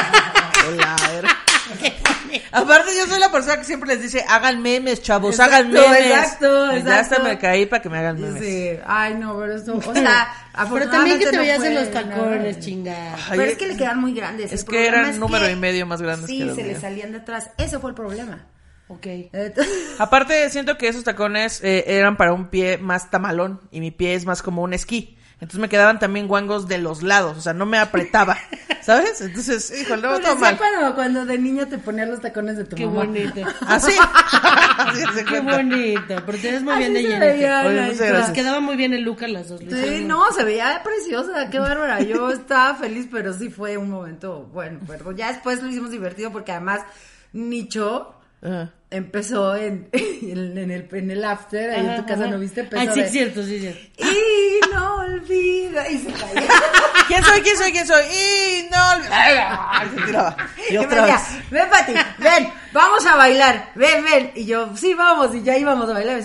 Hola, a ver. Aparte, yo soy la persona que siempre les dice, hagan memes, chavos, hagan Exacto, memes. exacto, Y ya hasta exacto. me caí para que me hagan memes. Sí, ay no, pero eso, o sea, Pero también que afortunadamente te no veías fue en los nada. tacones, chingada. Ay, Pero es que le quedan muy grandes. es el que problema eran es número que y medio más grandes sí, que los se le míos. salían de atrás. Ese fue el problema. Ok. Entonces, Aparte, siento que esos tacones eh, eran para un pie más tamalón y mi pie es más como un esquí. Entonces me quedaban también guangos de los lados, o sea, no me apretaba, ¿sabes? Entonces, híjole, no, todo parecía mal. cuando, cuando de niño te ponías los tacones de tu Qué mamá. bonito. Así. Así se Qué cuenta. bonito. Pero te ves muy Así bien de se llenita. veía, Oye, ay, muchas Nos gracias. quedaba muy bien el look a las dos. lo Sí, hicieron no, se veía preciosa, qué bárbara. Yo estaba feliz, pero sí fue un momento, bueno, perdón. Ya después lo hicimos divertido porque además Nicho Ajá. empezó en, en, en el, en el after, ahí en Ajá, tu casa, ajá. ¿no viste? Empezó Ay, sí, de, es cierto, sí, es cierto. y no olvida, y se cayó. ¿Quién soy? ¿Quién soy? ¿Quién soy? Y no olvides. Ay, se tiraba. Y Y me otra decía, vez. ven Pati, ven, vamos a bailar, ven, ven. Y yo, sí, vamos, y ya íbamos a bailar. Y me decía,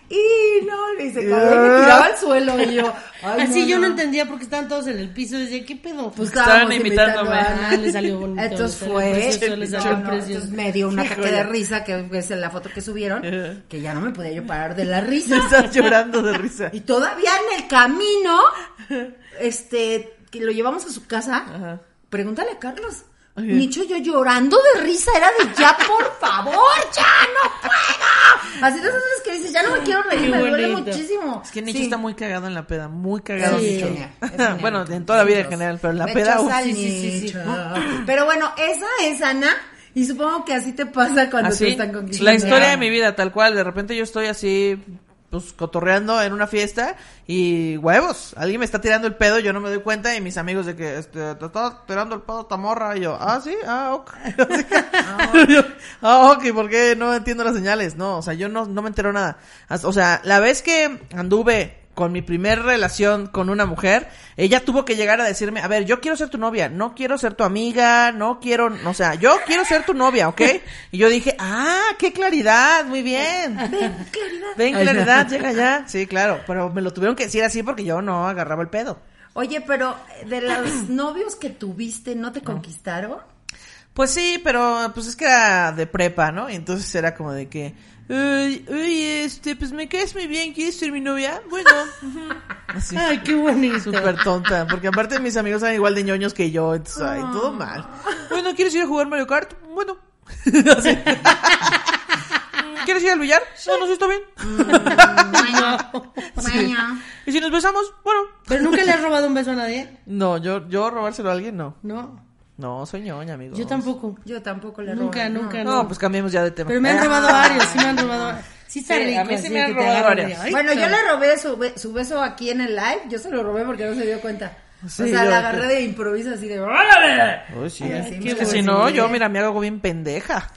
y no, y se cayó y me tiraba al suelo y yo, ay, Así no, yo no. no entendía porque estaban todos en el piso. Decía, ¿qué pedo? Pues Estaban estábamos imitándome. imitando a Ah, Ana. le salió bonito. Entonces le salió fue, precioso, le no, salió no, precioso. entonces me dio un ataque de risa, que es la foto que subieron, que ya no me podía yo parar de la risa. Estás llorando de risa. Y todavía en el camino, este, que lo llevamos a su casa, Ajá. pregúntale a Carlos. Nicho, yo llorando de risa, era de ya, por favor, ya no puedo. Así de esas veces que dices, ya no me quiero reír, Qué me duele bonito. muchísimo. Es que Nicho Sí. está muy cagado en la peda, muy cagado Sí. Nicho. Es genial, es genial. Bueno, en toda la vida en general, pero en la Me peda... echas uf. al sí, sí, sí, sí. Nicho. Pero bueno, esa es Ana, y supongo que así te pasa cuando te Así, están conquistando. la historia de mi vida, tal cual. De repente yo estoy así, pues, cotorreando en una fiesta y huevos, alguien me está tirando el pedo, yo no me doy cuenta y mis amigos de que, este, te está tirando el pedo esta morra y yo, ah, sí, ah, ok. Yo, ah, ok, ¿por qué no entiendo las señales? No, o sea, yo no, no me entero nada. Hasta- O sea, la vez que anduve con mi primer relación con una mujer, ella tuvo que llegar a decirme, a ver, yo quiero ser tu novia, no quiero ser tu amiga, no quiero, o sea, yo quiero ser tu novia, ¿ok? Y yo dije, ah, qué claridad, muy bien. Ven, claridad. Ven, claridad, llega ya. Sí, claro, pero me lo tuvieron que decir así porque yo no agarraba el pedo. Oye, pero de los novios que tuviste, ¿no te conquistaron? Pues sí, pero pues es que era de prepa, ¿no? Y entonces era como de que, uy, uy, este, pues me caes muy bien, ¿quieres ser mi novia? Bueno, ujú. Así. Ay, qué bonito. Súper tonta, porque aparte mis amigos eran igual de ñoños que yo, entonces, ay, todo mal. Bueno, ¿quieres ir a jugar Mario Kart? Bueno. Así. ¿Quieres ir al billar? No, no, sí, está bien. Sí. ¿Y si nos besamos? Bueno. ¿Pero nunca le has robado un beso a nadie? No, yo, yo robárselo a alguien, no. No, No, soy ñoña, amigo. yo tampoco. Yo tampoco le Nunca, robé, nunca, No, pues cambiemos ya de tema. Pero me han robado varios, sí me han robado. Sí está Sí, rico. a mí sí así me han que te robado agarran varios. de, ay, Bueno, yo no. le robé su, be- su beso aquí en el live, yo se lo robé porque no se dio cuenta. Sí, o sea, yo- la agarré de improviso así de ¡órale! Uy, sí. Ay, es sí, que me si la no, besuqué. yo, mira, me hago bien pendeja.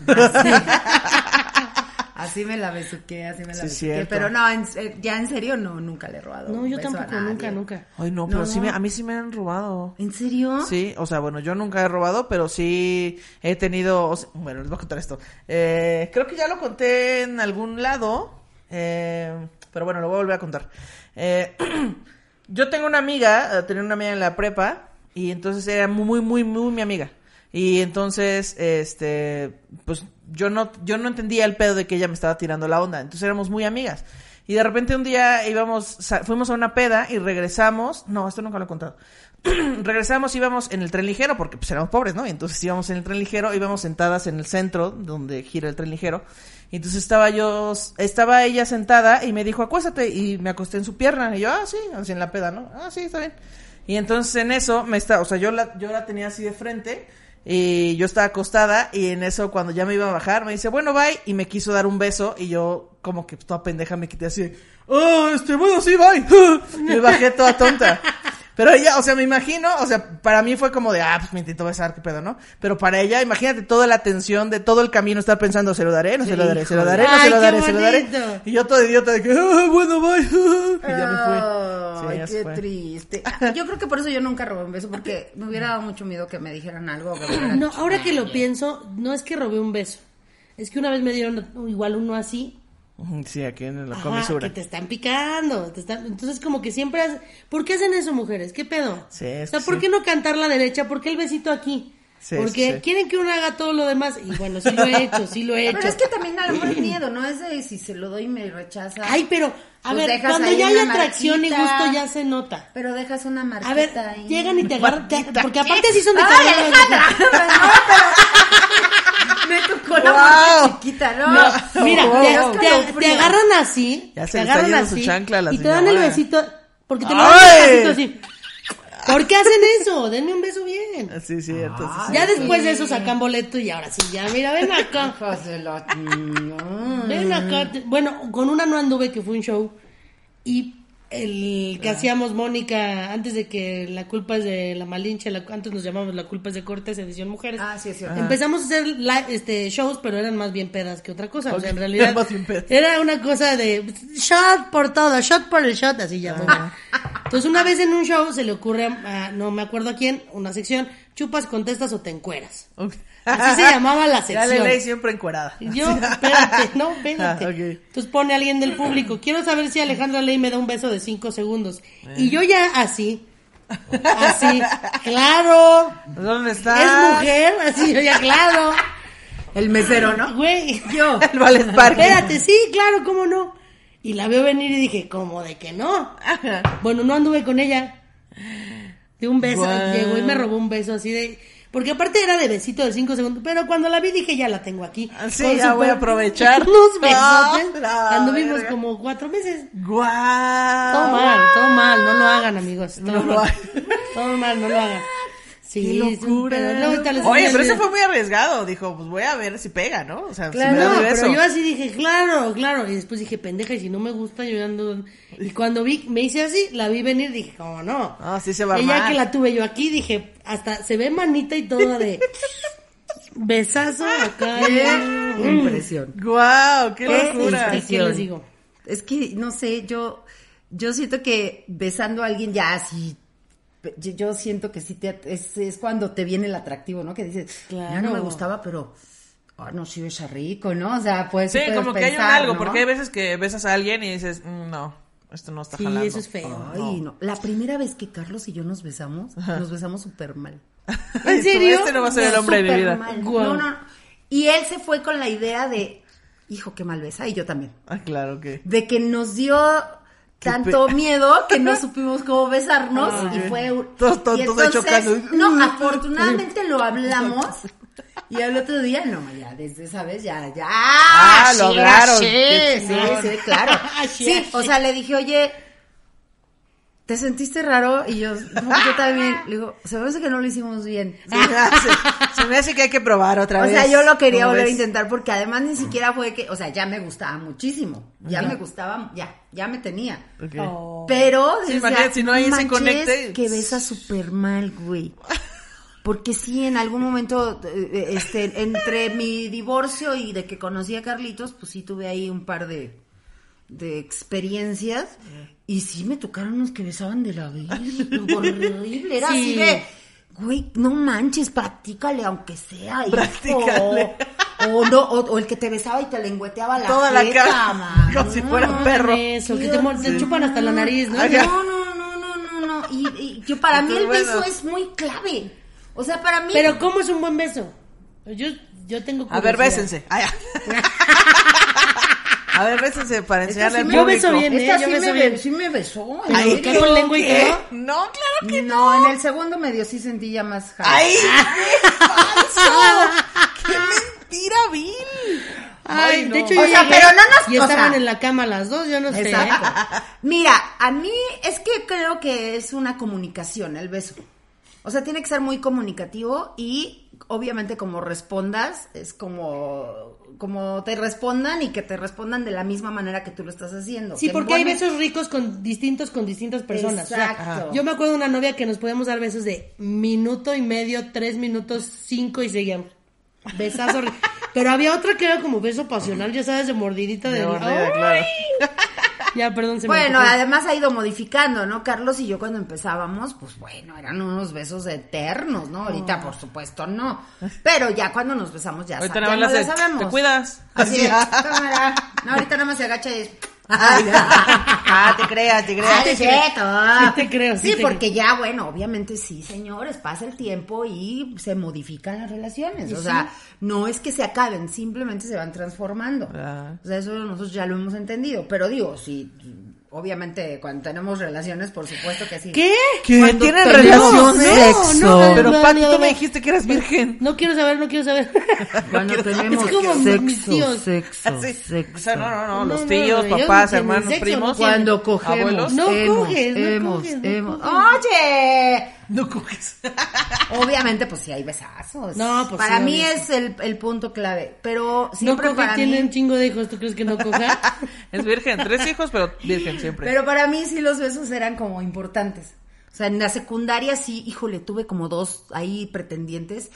Así me la besuqué, así me la Sí, besuqué. cierto. Pero no, en- eh, ya en serio, no, nunca le he robado. No, un yo beso a tampoco, nadie. nunca, nunca. Ay, no, pero No, sí no. me, a mí sí me han robado. ¿En serio? Sí, o sea, bueno, yo nunca he robado, pero sí he tenido, o sea, bueno, les voy a contar esto. Eh, creo que ya lo conté en algún lado, eh, pero bueno, lo voy a volver a contar. Eh, yo tengo una amiga, eh, tenía una amiga en la prepa, y entonces era muy, muy, muy mi amiga. Y entonces, este, pues yo no, yo no entendía el pedo de que ella me estaba tirando la onda, entonces éramos muy amigas. Y de repente un día íbamos, sa- fuimos a una peda y regresamos, no, esto nunca lo he contado. Regresamos, íbamos en el tren ligero, porque pues éramos pobres, ¿no? Y entonces íbamos en el tren ligero, íbamos sentadas en el centro, donde gira el tren ligero. Y entonces estaba yo, estaba ella sentada y me dijo, acuéstate, y me acosté en su pierna. Y yo, ah, sí, así en la peda, ¿no? Ah, sí, está bien. Y entonces en eso me está, o sea, yo la, yo la tenía así de frente, y yo estaba acostada, y en eso cuando ya me iba a bajar, me dice, bueno, bye, y me quiso dar un beso, y yo como que toda pendeja me quité así, oh, este, bueno, sí, bye. Y me bajé toda tonta. Pero ella, o sea, me imagino, o sea, para mí fue como de, ah, pues me intentó besar, qué pedo, ¿no? Pero para ella, imagínate toda la tensión de todo el camino estar pensando, se lo daré, no se lo daré, se lo daré, no Ay, se lo qué daré, se lo daré. bonito. Y yo todo idiota de que, ah, bueno, bye. Y ya me fui. Sí, Ay, ya se qué fue. triste. Ah, Yo creo que por eso yo nunca robé un beso, porque me hubiera dado mucho miedo que me dijeran algo. o que me hubieran No, dicho, ahora que "Ay, lo pienso, no es que robé un beso. Es que una vez me dieron igual uno así. Ujú, sí, aquí en la Ajá, comisura. que te están picando. Te están... Entonces, como que siempre. has- ¿Por qué hacen eso, mujeres? ¿Qué pedo? Sí, es o sea, que ¿por sí. qué no cantar la derecha? ¿Por qué el besito aquí? Sí, Porque sí, sí. quieren que uno haga todo lo demás. Y bueno, sí lo he hecho, sí lo he hecho. Pero es que también a lo mejor es miedo, ¿no? Es de si se lo doy y me rechaza. Ay, pero, a Pues ver, dejas cuando ahí ya hay una atracción y marquita. gusto ya se nota. Pero dejas una marquita A ver, ahí. llegan y te agarran. te- porque aparte sí son de ¡Ay, cabrón. Alejandra! Me tocó la Wow. mano chiquita, ¿no? No, mira, Oh, te, oh, te- escalofrío. te agarran así, Ya se te le está agarran yendo su así chancla a la y te dan el señora. besito, porque te lo ¡Ay! dan el besito así. ¿Por qué hacen eso? Denme un beso bien. Sí, cierto. sí, sí. Ya después de eso sacan boleto y ahora sí, ya, mira, ven acá. Hijos de la- Ven acá. Te- Bueno, con una no anduve, que fue un show, y el que hacíamos Mónica, antes de que La culpa es de la Malinche, la- antes nos llamamos La culpa es de Cortés, edición mujeres. Ah, sí, es cierto. Empezamos a hacer live, este, shows, pero eran más bien pedas que otra cosa. O sea, en Ok, realidad eran más bien pedas. era una cosa de shot por todo, shot por el shot, así ya. muy bien. Entonces una vez en un show se le ocurre, a, a- no me acuerdo a quién, una sección, chupas, contestas o te encueras. Ok. Así se llamaba la Ya le sección. leí siempre encuerada. Y yo, espérate, no, espérate. Ah, ok. Entonces pone alguien del público, quiero saber si Alejandra Ley me da un beso de cinco segundos. Y yo ya así, así, claro, ¿Dónde está? es mujer, así yo ya, claro. El mesero, ¿no? Güey, Yo. El ballet parking. espérate, sí, claro, cómo no. Y la veo venir y dije, ¿cómo de que no? Bueno, no anduve con ella. De un beso, Guau. llegó y me robó un beso así de... Porque aparte era de besito de cinco segundos, pero cuando la vi dije, ya la tengo aquí. Ah, sí, Con ya su voy a per- aprovechar. Unos besotes. Ah, la Anduvimos verga. como cuatro meses. ¡Guau! Todo mal, todo mal, no lo hagan, amigos. Todo, No lo mal. hagan. Todo mal, no lo hagan. Sí, ¡Qué es un locura! pedo. Luego ahorita les Oye, enseño pero el ese video. fue muy arriesgado. Dijo, pues voy a ver si pega, ¿no? O sea, Claro, si me da No, mi beso. pero yo así dije, claro, claro. Y después dije, pendeja, y si no me gusta, yo ando... Y cuando vi, me hice así, la vi venir, dije, ¿cómo no? Ah, sí se va a Y ya armar. que la tuve yo aquí, dije, hasta se ve manita y todo de... Besazo acá. Qué impresión. ¡Guau! ¡Qué Qué locura! ¿Qué, qué les digo? Es que, no sé, yo, yo siento que besando a alguien ya así, yo, yo siento que sí te, es, es cuando te viene el atractivo, ¿no? Que dices, Claro. ya no me gustaba, pero, ah, no, sí besa rico, ¿no? O sea, pues Sí, puedes como que hay un pensar, algo, ¿no? porque hay veces que besas a alguien y dices, mm, no, esto no está Sí, jalando. eso es feo. Ay, no. La primera vez que Carlos y yo nos besamos, nos besamos súper mal. ¿En serio? Este no va a ser el hombre de mi Súper vida. mal. Guau. No, no, no. Y él se fue con la idea de, hijo, qué mal besa, y yo también. Ah, claro que. De que nos dio tanto miedo que no supimos cómo besarnos Ah, y ok. fue un- Todos tontos y ahí entonces, chocando. no, afortunadamente lo hablamos y al otro día no, ya desde esa vez ya ya Ah, lo sí, hablaron. sí, Qué sí, chingón. sí, claro. Sí, Sí, sí. o sea, le dije, "Oye, ¿te sentiste raro?" Y yo, "No, yo también." Le digo, "Se me hace que no lo hicimos bien." Se me hace, se me hace que hay que probar otra O vez. sea, yo lo quería ¿Cómo volver a ves? intentar porque además ni siquiera fue que, o sea, ya me gustaba muchísimo. Ya me gustaba, ya, ya me tenía. Ok. Oh. Pero, Sí, decía, imagínate, si no hay ese manches, conecte. que besa súper mal, güey. Porque sí, en algún momento, eh, este, entre mi divorcio y de que conocí a Carlitos, pues sí tuve ahí un par de, de experiencias. Y sí me tocaron unos que besaban de la vida. Horrible, era Sí. así de, güey, no manches, practícale aunque sea, hijo. Practícale. O, no, o, o el que te besaba y te lengüeteaba la Toda la jeta, cara, mano. como si fuera un No, perro. Eso, que te, mo- te chupan hasta la nariz, ¿no? Ajá. No, no, no, no, no, no. Y, y yo, para mí el Entonces, beso bueno. es muy clave. O sea, para mí. Pero ¿cómo es un buen beso? Yo, yo tengo A ver, curiosidad. bésense. Ay, ya. A ver, bésense para enseñarle al sí público. Yo beso bien, ¿eh? esta Yo sí, beso me, bien. be- sí me besó. Pero ¿en ¿qué serio? con lengua y ¿Qué? todo? No, claro que no. No, en el segundo medio sí sentí ya más jala. ¡Ay! ¡Qué falso! ¡Qué mentira vil! Ay, Ay, no. de hecho, O yo sea, llegué pero no nos- y o estaban sea- en la cama las dos, yo no sé. ¿eh? Exacto. Mira, a mí es que creo que es una comunicación el beso. O sea, tiene que ser muy comunicativo y obviamente como respondas, es como, como te respondan y que te respondan de la misma manera que tú lo estás haciendo. Sí, Que porque hay bueno- besos ricos con distintos con distintas personas. O sea, Exacto. yo me acuerdo de una novia que nos podíamos dar besos de minuto y medio, tres minutos, cinco y seguíamos. Besazo. ri- Pero había otra que era como beso pasional, ya sabes, de mordidita de... De mordida, ¡Ay! claro. Ya, perdón, se me Bueno, antojó. además ha ido modificando, ¿no? Carlos y yo cuando empezábamos, pues bueno, eran unos besos eternos, ¿no? Ahorita, por supuesto, no. Pero ya cuando nos besamos ya, Ahorita sa- nada ya más no le le hace, sabemos. ¿te cuidas? Así de, cámara. No, ahorita nada más se agacha y es... ah, te creas, te Ah, creas. sí, cierto. Sí te creo, sí Sí, te porque ya, bueno, obviamente sí, señores, pasa el tiempo y se modifican las relaciones. Y O sí. sea, no es que se acaben, simplemente se van transformando. Ah. O sea, eso nosotros ya lo hemos entendido. Pero digo, sí, obviamente cuando tenemos relaciones, por supuesto que sí. ¿Qué? ¿Que Cuando tienen tenemos relaciones? sexo. Pero no, Pati, no, tú no. me dijiste que eras virgen. No quiero saber, no quiero saber. Cuando tenemos Es como mis tíos. sexo, Así. sexo. O sea, no, no, no, No, los no, tíos, ellos papás, no tienen hermanos, sexo, primos. no tienen- Cuando cogemos, Abuelos. No hemos, coges, no hemos, coges, no hemos. coges. ¡Oye! No coges. Obviamente, pues sí hay besazos. No, pues Para sí, mí obvio. es el, el punto clave. Pero No siempre coge, para tiene mí. un chingo de hijos, ¿tú crees que no coja? Es virgen, tres hijos, pero virgen siempre. Pero para mí sí los besos eran como importantes. O sea, en la secundaria sí, híjole, tuve como dos ahí pretendientes.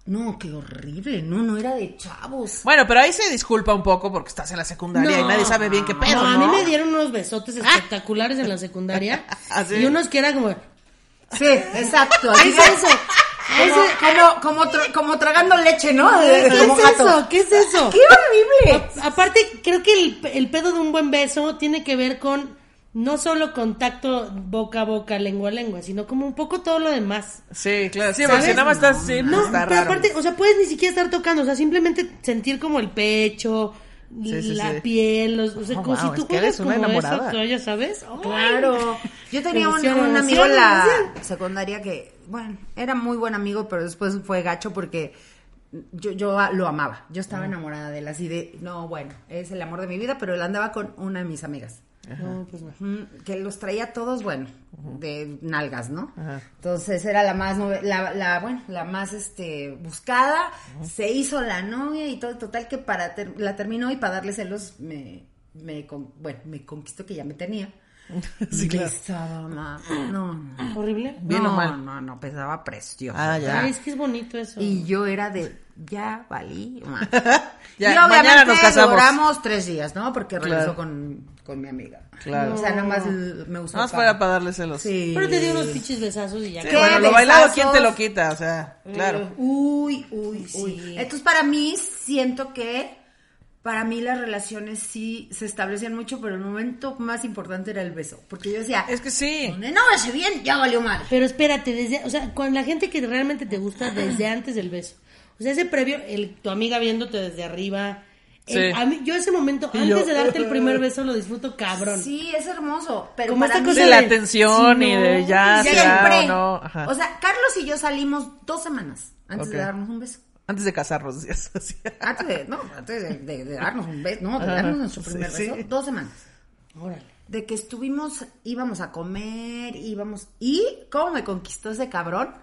No, qué horrible, no, no era de chavos. Bueno, pero ahí se disculpa un poco porque estás en la secundaria y nadie sabe bien qué pedo, no, ¿no? a mí me dieron unos besotes espectaculares en la secundaria. ¿Ah, sí? Y unos que eran como... Sí, exacto. ¿Qué es eso? Como, Ese- como, como, tra- como tragando leche, ¿no? ¿Qué Como es gato. eso? ¿Qué es eso? ¡Qué horrible! A- aparte, creo que el, el pedo de un buen beso tiene que ver con no solo contacto boca a boca, lengua a lengua, sino como un poco todo lo demás. Sí, claro. Sí, ¿Sabes? porque si nada más estás así, pues No, está pero raro. aparte, o sea, puedes ni siquiera estar tocando, o sea, simplemente sentir como el pecho, Sí, sí, la sí. piel, los, o sea, Oh, como wow, si tú es que eres juegas una como enamorada. eso, ya sabes. Ay, Claro. Yo tenía un, Emoción, un amigo en emoción, la emoción. secundaria que, bueno, era muy buen amigo, pero después fue gacho porque yo, yo lo amaba. Yo estaba enamorada de él, así de, no, bueno, es el amor de mi vida, pero él andaba con una de mis amigas. no, pues no. Mm, que los traía todos, bueno, de nalgas, ¿no? Ajá. Entonces era la más, nove- la, la, bueno, la más, este, buscada, se hizo la novia y todo, total que para, ter- la terminó y para darle celos, me, me, con- bueno, me conquistó que ya me tenía. Sí, Y claro. pesaba, ma- no, no, ¿Horrible? Bien no, o mal. no, no, pesaba precioso. Ah, ya. Ay, es que es bonito eso. Y yo era de, ya valí, ma. Ya, y mañana obviamente nos casamos. duramos tres días, ¿no? Porque regresó Claro. con, con mi amiga. Claro. O sea, nada más l- me usó Nada más para- fuera para darle celos. Sí. Pero te dio unos pinches besazos y ya. Sí, ¿Qué bueno, lo bailado, besazos? ¿quién te lo quita? O sea, claro. Uy, uy, Sí. uy. Entonces, para mí, siento que para mí las relaciones sí se establecían mucho, pero el momento más importante era el beso. Porque yo decía, Es que sí. donde no bese bien, ya valió mal. Pero espérate, desde, o sea, con la gente que realmente te gusta desde antes del beso. O sea, ese previo, el, tu amiga viéndote desde arriba. el- Sí. a mí, yo ese momento, Y antes yo- de darte el primer beso, lo disfruto cabrón. Sí, es hermoso. Pero Como para esta mí, cosa Sí, la de- tensión si y no, de ya, ya será siempre. o no. Ajá. O sea, Carlos y yo salimos dos semanas antes Ok. de darnos un beso. Antes de casarnos, decías así. Antes de, no, antes de, de- de darnos un beso, no, de darnos nuestro primer Sí, beso, sí. dos semanas. Órale. De que estuvimos, íbamos a comer, íbamos... ¿Y cómo me conquistó ese cabrón?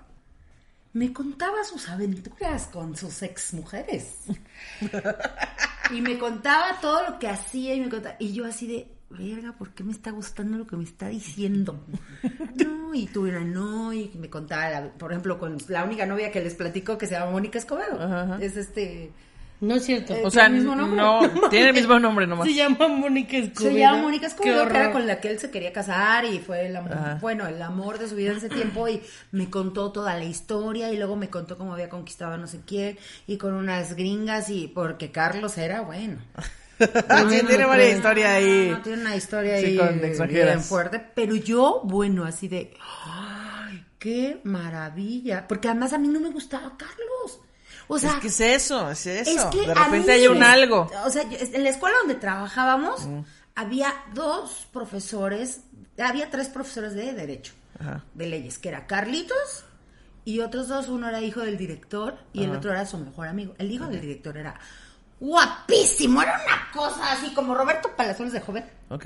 Me contaba sus aventuras con sus exmujeres. Y me contaba todo lo que hacía y me contaba... Y yo así de, verga, ¿por qué me está gustando lo que me está diciendo? No, y tuve una novia y me contaba, la- por ejemplo, con la única novia que les platico que se llama Mónica Escobedo. Ajá. Es este... No es cierto. Eh, O sea, ¿tiene el mismo nombre? no, tiene el mismo nombre nomás. Se llama Mónica Escobedo. Se llama Mónica Qué Escobedo, que era horror. con la que él se quería casar y fue el amor, Ajá. bueno, el amor de su vida en ese tiempo y me contó toda la historia y luego me contó cómo había conquistado a no sé quién y con unas gringas y porque Carlos era bueno. Sí, tiene varias historias ahí. No, tiene una historia Sí, ahí con extranjeras. bien fuerte, pero yo, bueno, así de, ay, qué maravilla, porque además a mí no me gustaba Carlos. O sea, Es que es eso, es eso. es que de a repente mí hay un me- algo. O sea, yo- en la escuela donde trabajábamos había dos profesores, había tres profesores de derecho, Ajá. de leyes, que era Carlitos y otros dos, uno era hijo del director y el Ajá. otro era su mejor amigo. El hijo del director era guapísimo, era una cosa así como Roberto Palazuelos de joven. Ok.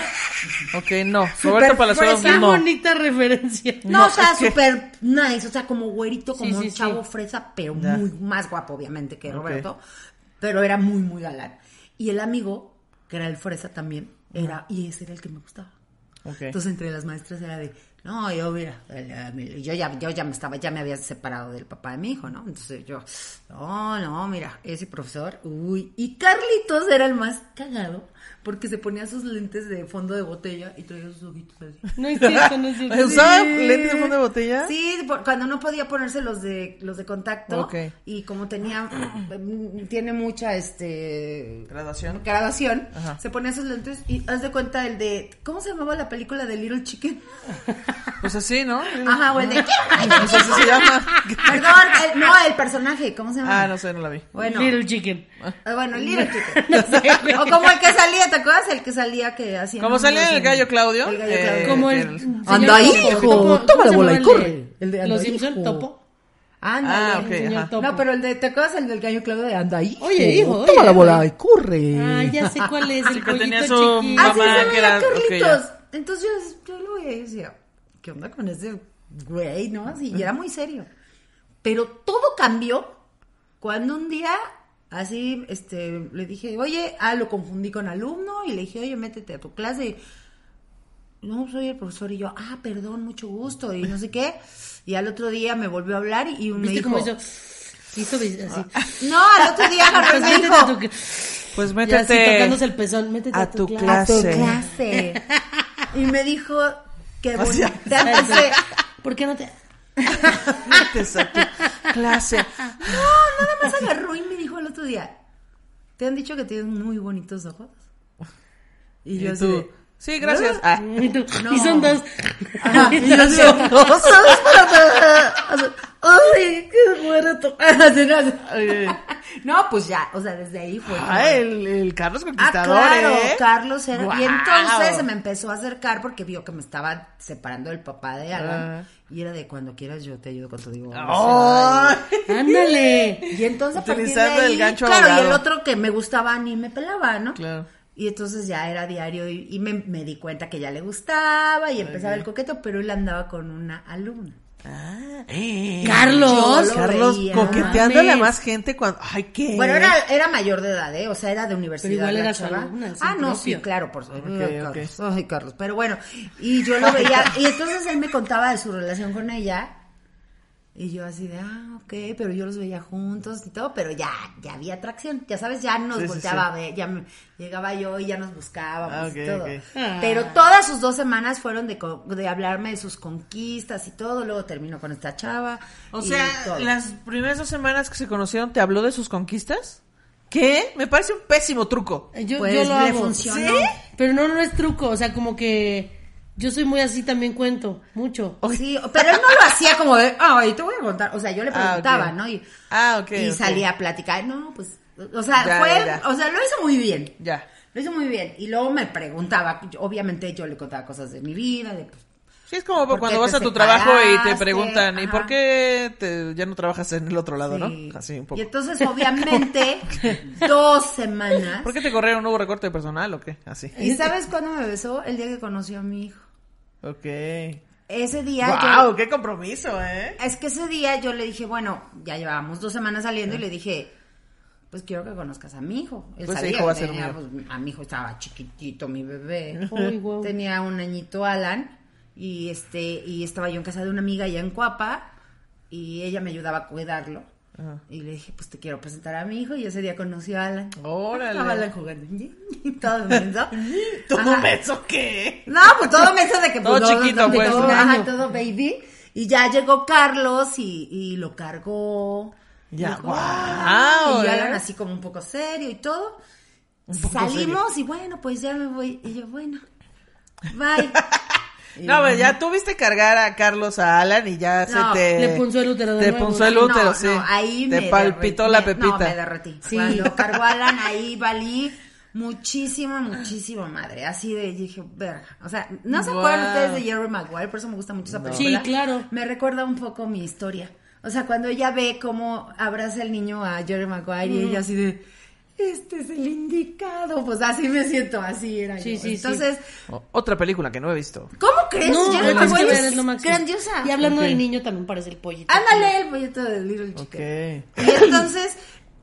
Ok, no. Súper Roberto Palazuelos Qué no. bonita referencia. No, No, o sea, es que- súper nice, o sea, como güerito, como Sí, sí, un chavo sí. fresa, pero Ya. muy más guapo, obviamente, que Ok. Roberto, pero era muy, muy galán. Y el amigo, que era el fresa también, era, y ese era el que me gustaba. Ok. Entonces, entre las maestras era de, no, yo, mira, el, eh, yo ya, yo ya me estaba, ya me había separado del papá de mi hijo, ¿no? Entonces yo, no, no, mira, ese profesor, uy, y Carlitos era el más cagado, porque se ponía sus lentes de fondo de botella y traía sus ojitos así. No es cierto, no es cierto. ¿Usaba lentes de fondo de botella? Sí, por- cuando no podía ponerse los de los de contacto Ok. y como tenía mm, tiene mucha este Graduación. graduación, Ajá. se ponía sus lentes y haz de cuenta el de ¿cómo se llamaba la película de Little Chicken? Pues así, ¿no? Ajá, o el de No sé si se llama. Perdón, el- no, el personaje, ¿cómo se llama? Ah, no sé, no la vi. Bueno, Little Chicken. ah, bueno, Little Chicken. O como el que salía, ¿te acuerdas? El que salía que hacía Como salía en el Gallo Claudio. El Gallo eh, Claudio. Como que el. señor Anda ahí, Topo, hijo, Topo, toma ¿cómo la se bola y llamaba el corre. de- El de anda Los ahí, Simpson, hijo. Topo. Ándale. Ah, ok, Señor ajá. Topo. No, pero el de, ¿te acuerdas el del Gallo Claudio de anda ahí? Oye, hijo, Toma oye, la bola oye. y corre. Ah, ya sé cuál es, el que tenía pollito su chiquito. Así mamá, se que veía era- ok, Carlitos. Entonces yo, yo lo veía y decía, ¿qué onda con ese güey, no? Así, y era muy serio. Pero todo cambió cuando un día, así, este, le dije, oye, ah, lo confundí con alumno y le dije, oye, métete a tu clase. Y, no, soy el profesor. Y yo, ah, perdón, mucho gusto y no sé qué. Y al otro día me volvió a hablar y me ¿Viste dijo... cómo hizo? Hizo así. No, al otro día Harold Pues me métete dijo, a tu, Pues ya métete así tocándose el pezón, métete a a tu, tu clase. a tu clase. clase. Y me dijo, qué O sea, bonita. ¿Por qué no te...? Métete a tu clase. No, nada más agarró y me dijo el otro día, ¿te han dicho que tienes muy bonitos ojos? Y yo ¿Y así tú? de, Sí, gracias. Ah. Y, tú, No. y son dos. Ajá, y yo así de, ¿sabes para ay, qué muerto. Así, no, así. No, pues ya, o sea, desde ahí fue. Ah, el, el Carlos Ah, Conquistador, claro, ¿eh? Carlos era. Y Guau. entonces se me empezó a acercar porque vio que me estaba separando del papá de Alan. Ah. Y era de cuando quieras yo te ayudo con tu divorcio. ¡Ay! Ándale. Y entonces a partir de Utilizando ahí, el gancho claro, y ahogado. el otro que me gustaba ni me pelaba, ¿no? Claro. Y entonces ya era diario y, y me, me di cuenta que ya le gustaba y empezaba el coqueto, pero él andaba con una alumna. Ah. Carlos. Yo lo Carlos veía. coqueteándole a Mames. más gente cuando... Ay, ¿qué? Bueno, era, era mayor de edad, ¿eh? O sea, era de universidad. Pero igual la era su chava. alumna, su Ah, no, propio. sí, claro, por supuesto. Ay, ok. Carlos, ay, Carlos. Pero bueno, y yo lo veía, y entonces él me contaba de su relación con ella. Y yo así de, ah, ok, pero yo los veía juntos y todo, pero ya, ya había atracción, ya sabes, ya nos Sí, sí, volteaba sí. a ver, ya me- llegaba yo y ya nos buscábamos Ah, ok, y todo. ok. Ah. Pero todas sus dos semanas fueron de, co- de hablarme de sus conquistas y todo, luego terminó con esta chava. O y sea, todo. las primeras dos semanas que se conocieron, ¿te habló de sus conquistas? ¿Qué? Me parece un pésimo truco. Yo, Pues yo lo le hago. funcionó. ¿Sí? Pero no, no es truco. O sea, como que yo soy muy así, también cuento mucho. Sí, pero él no lo hacía como de, ay, te voy a contar. O sea, yo le Ah, preguntaba, ok. ¿no? Y, Ah, ok, y ok. salía a platicar. No, pues, o sea, Ya, fue, ya, ya. o sea, lo hizo muy bien. Ya. Lo hizo muy bien. Y luego me preguntaba, yo- obviamente yo le contaba cosas de mi vida, de pues, Sí, es como ¿por cuando qué vas te a tu trabajo y te separaste? preguntan, ¿y Ajá. por qué te- ya no trabajas en el otro lado, sí. no? Así un poco. Y entonces, obviamente, dos semanas. ¿Por qué te corrieron? ¿No hubo recorte de personal o qué? Así. ¿Y sabes cuándo me besó? El día que conoció a mi hijo. Ok. Ese día ¡Wow! yo... ¡Qué compromiso, eh! Es que ese día yo le dije, bueno, ya llevábamos dos semanas saliendo y le dije, pues quiero que conozcas a mi hijo. Él Pues, sabía hijo va a que ser tenía, mío. pues, a mi hijo estaba chiquitito, mi bebé. Ay, guau. Tenía un añito Alan y este y estaba yo en casa de una amiga allá en Cuapa y ella me ayudaba a cuidarlo. Ajá. Y le dije, pues te quiero presentar a mi hijo y ese día conoció a Alan. Órale. Estaba Alan jugando. Todo menso. ¿Todo Ajá. menso qué? No, pues todo menso de que Todo pues, chiquito, de pues, todo, un ajá, año. todo baby. Y ya llegó Carlos y, y lo cargó. Ya, Dijo, guau, "Ah", y ¿eh? Alan así como un poco serio y todo. poco Salimos y bueno, pues ya me voy. Y yo, bueno, bye. Y No, yo, pues ya tuviste cargar a Carlos a Alan y ya No, se te... le punzó el útero de Te nuevo. punzó el no, útero, sí. no, ahí te me palpitó derretí, la me- pepita. No, me derretí. Sí. Cuando cargó a Alan, ahí valí muchísimo, muchísimo madre. Así de, dije, verga. O sea, ¿no se acuerdan Wow. ustedes de Jerry Maguire? Por eso me gusta mucho esa No. película. Sí, claro. Me recuerda un poco mi historia. O sea, cuando ella ve cómo abraza el niño a Jerry Maguire y ella así de, este es el indicado. Pues así me siento, así era Sí, yo. sí, sí. Entonces, O- Otra película que no he visto. ¿cómo crees? No, Jerry tienes que Maguire ver, es es lo máximo. grandiosa. Y hablando Ok. del niño también parece el pollito. Ándale, el pollito de Little Ok. Chicken. Y entonces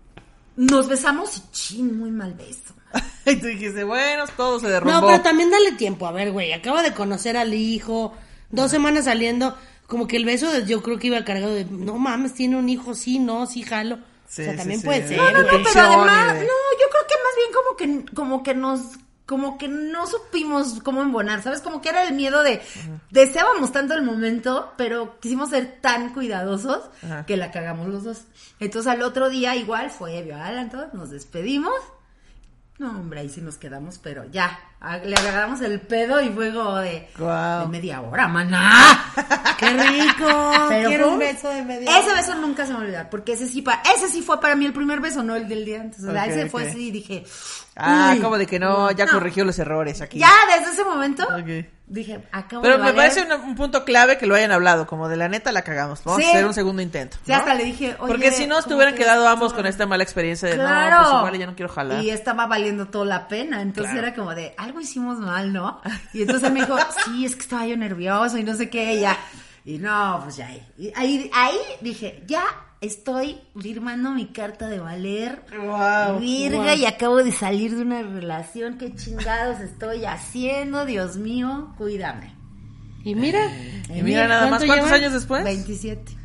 nos besamos y chin, muy mal beso. Y tú dijiste, bueno, todo se derrumbó. No, pero también dale tiempo. A ver, güey, acaba de conocer al hijo, dos semanas saliendo, como que el beso de- yo creo que iba cargado de, no mames, tiene un hijo, sí, no, sí, jalo. Sí, o sea, sí, también sí. puede ser. No, no, güey. no, Pero tensión además, y de- no, yo creo que más bien como que, como que nos, como que no supimos cómo embonar, ¿sabes? Como que era el miedo de, deseábamos tanto el momento, pero quisimos ser tan cuidadosos Ajá. que la cagamos los dos. Entonces al otro día igual fue, vio a Alan, todos nos despedimos. No, hombre, ahí sí nos quedamos, pero ya, a- le agarramos el pedo y fue como de, Guau. de media hora, maná. ¡Qué rico! Pero Quiero fue un un- beso de media Ese hora. beso nunca se me va a olvidar, porque ese sí, pa- ese sí fue para mí el primer beso, no el del día antes. O sea, Ok, ese fue ok. así y dije, Ah, uy, como de que no, ya no. corrigió los errores aquí. Ya desde ese momento Ok. dije, acabo Pero de me valer. parece un, un punto clave que lo hayan hablado, como de la neta la cagamos. Vamos Sí. a hacer un segundo intento. Sí, ¿no? hasta le dije, oye, Porque si no, ¿cómo estuvieran crees quedado que ambos esto- con esta mala experiencia de Claro. no, pues igual ya no quiero jalar. Y estaba valiendo toda la pena. Entonces Claro. era como de, algo hicimos mal, ¿no? Y entonces él me dijo, sí, es que estaba yo nervioso y no sé qué, y ya. Y no, pues ya. Y ahí, ahí dije, ya estoy firmando mi carta de valer. Wow, Virga, wow. y acabo de salir de una relación. ¿Qué chingados estoy haciendo? Dios mío, cuídame. Y mira. Y mira nada más, ¿cuánto ¿cuántos llevan? años después? veintisiete.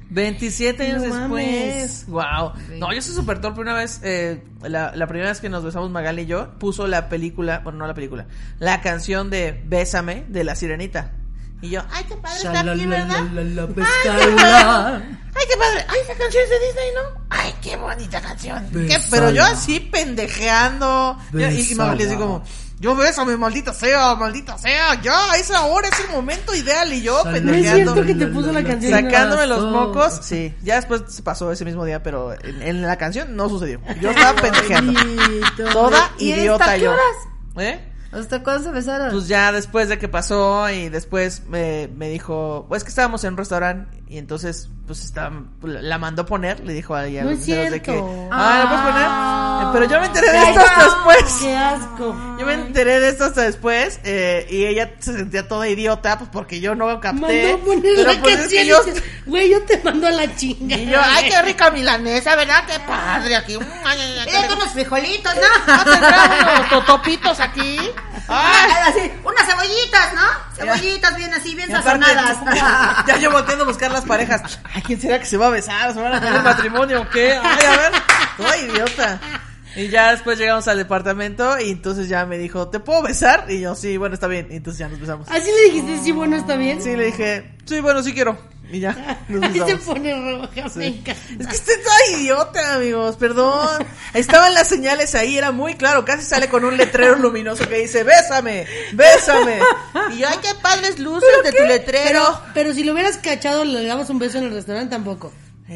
veintisiete años No después. mames. Wow. No, yo soy súper torpe. Una vez, eh, la, la primera vez que nos besamos Magali y yo, puso la película, bueno, no la película, la canción de Bésame de La Sirenita. Y yo, ay, qué padre está aquí, ¿verdad? Ay, qué padre. Ay, qué padre. Ay, esa canción es de Disney, ¿no? Ay, qué bonita canción. ¿Qué? Pero yo así pendejeando. Yo- y, y Magali así como, yo bésame, maldita sea, maldita sea. Ya, es ahora, es el momento ideal. Y yo No es pendejeando. cierto que te puso la canción. Sacándome los No. mocos, sí. Ya después se pasó ese mismo día, pero en, en la canción no sucedió. Yo estaba pendejeando. Toda ¿Y idiota hasta qué yo. horas? ¿Eh? ¿Hasta cuándo se besaron? Pues ya después de que pasó y después me, me dijo, pues que estábamos en un restaurante y entonces pues estaba, la mandó poner, le dijo a ella No los es meseros de que, cierto. ah, ¿la puedes poner? Ah. Eh, Pero yo me enteré de Ay, esto hasta no. después. Qué asco. Yo me enteré de esto hasta después eh, y ella se sentía toda idiota pues porque yo no capté. Mandó a poner Pero la pues es canción que yo, y dices, güey, yo te mando a la chinga. y yo, ay, qué rica milanesa, ¿verdad? Qué padre aquí. Mm, ay, ay, ay, Mira, qué- unos frijolitos, ¿No ¿no? tendrá unos totopitos aquí? Ay. Ah, así, unas cebollitas, ¿no? Cebollitas bien así, bien Y aparte, sazonadas. ya yo volteando a buscar las parejas. Ay, ¿quién será que se va a besar? ¿Se van a tener matrimonio o qué? Ay, a ver. Toda idiota. Y ya después llegamos al departamento y entonces ya me dijo, ¿te puedo besar? Y yo, sí, bueno, está bien. Y entonces ya nos besamos. Así le dijiste, sí, bueno, está bien. Sí, le dije, sí, bueno, sí quiero. Y ya, nos Ahí se besamos. pone roja, me encanta. Es que usted está idiota, amigos, perdón. Estaban las señales ahí, era muy claro. Casi sale con un letrero luminoso que dice, bésame, bésame. Y yo, ay, qué padres luces de tu letrero. Pero, pero si lo hubieras cachado, le damos un beso en el restaurante, tampoco.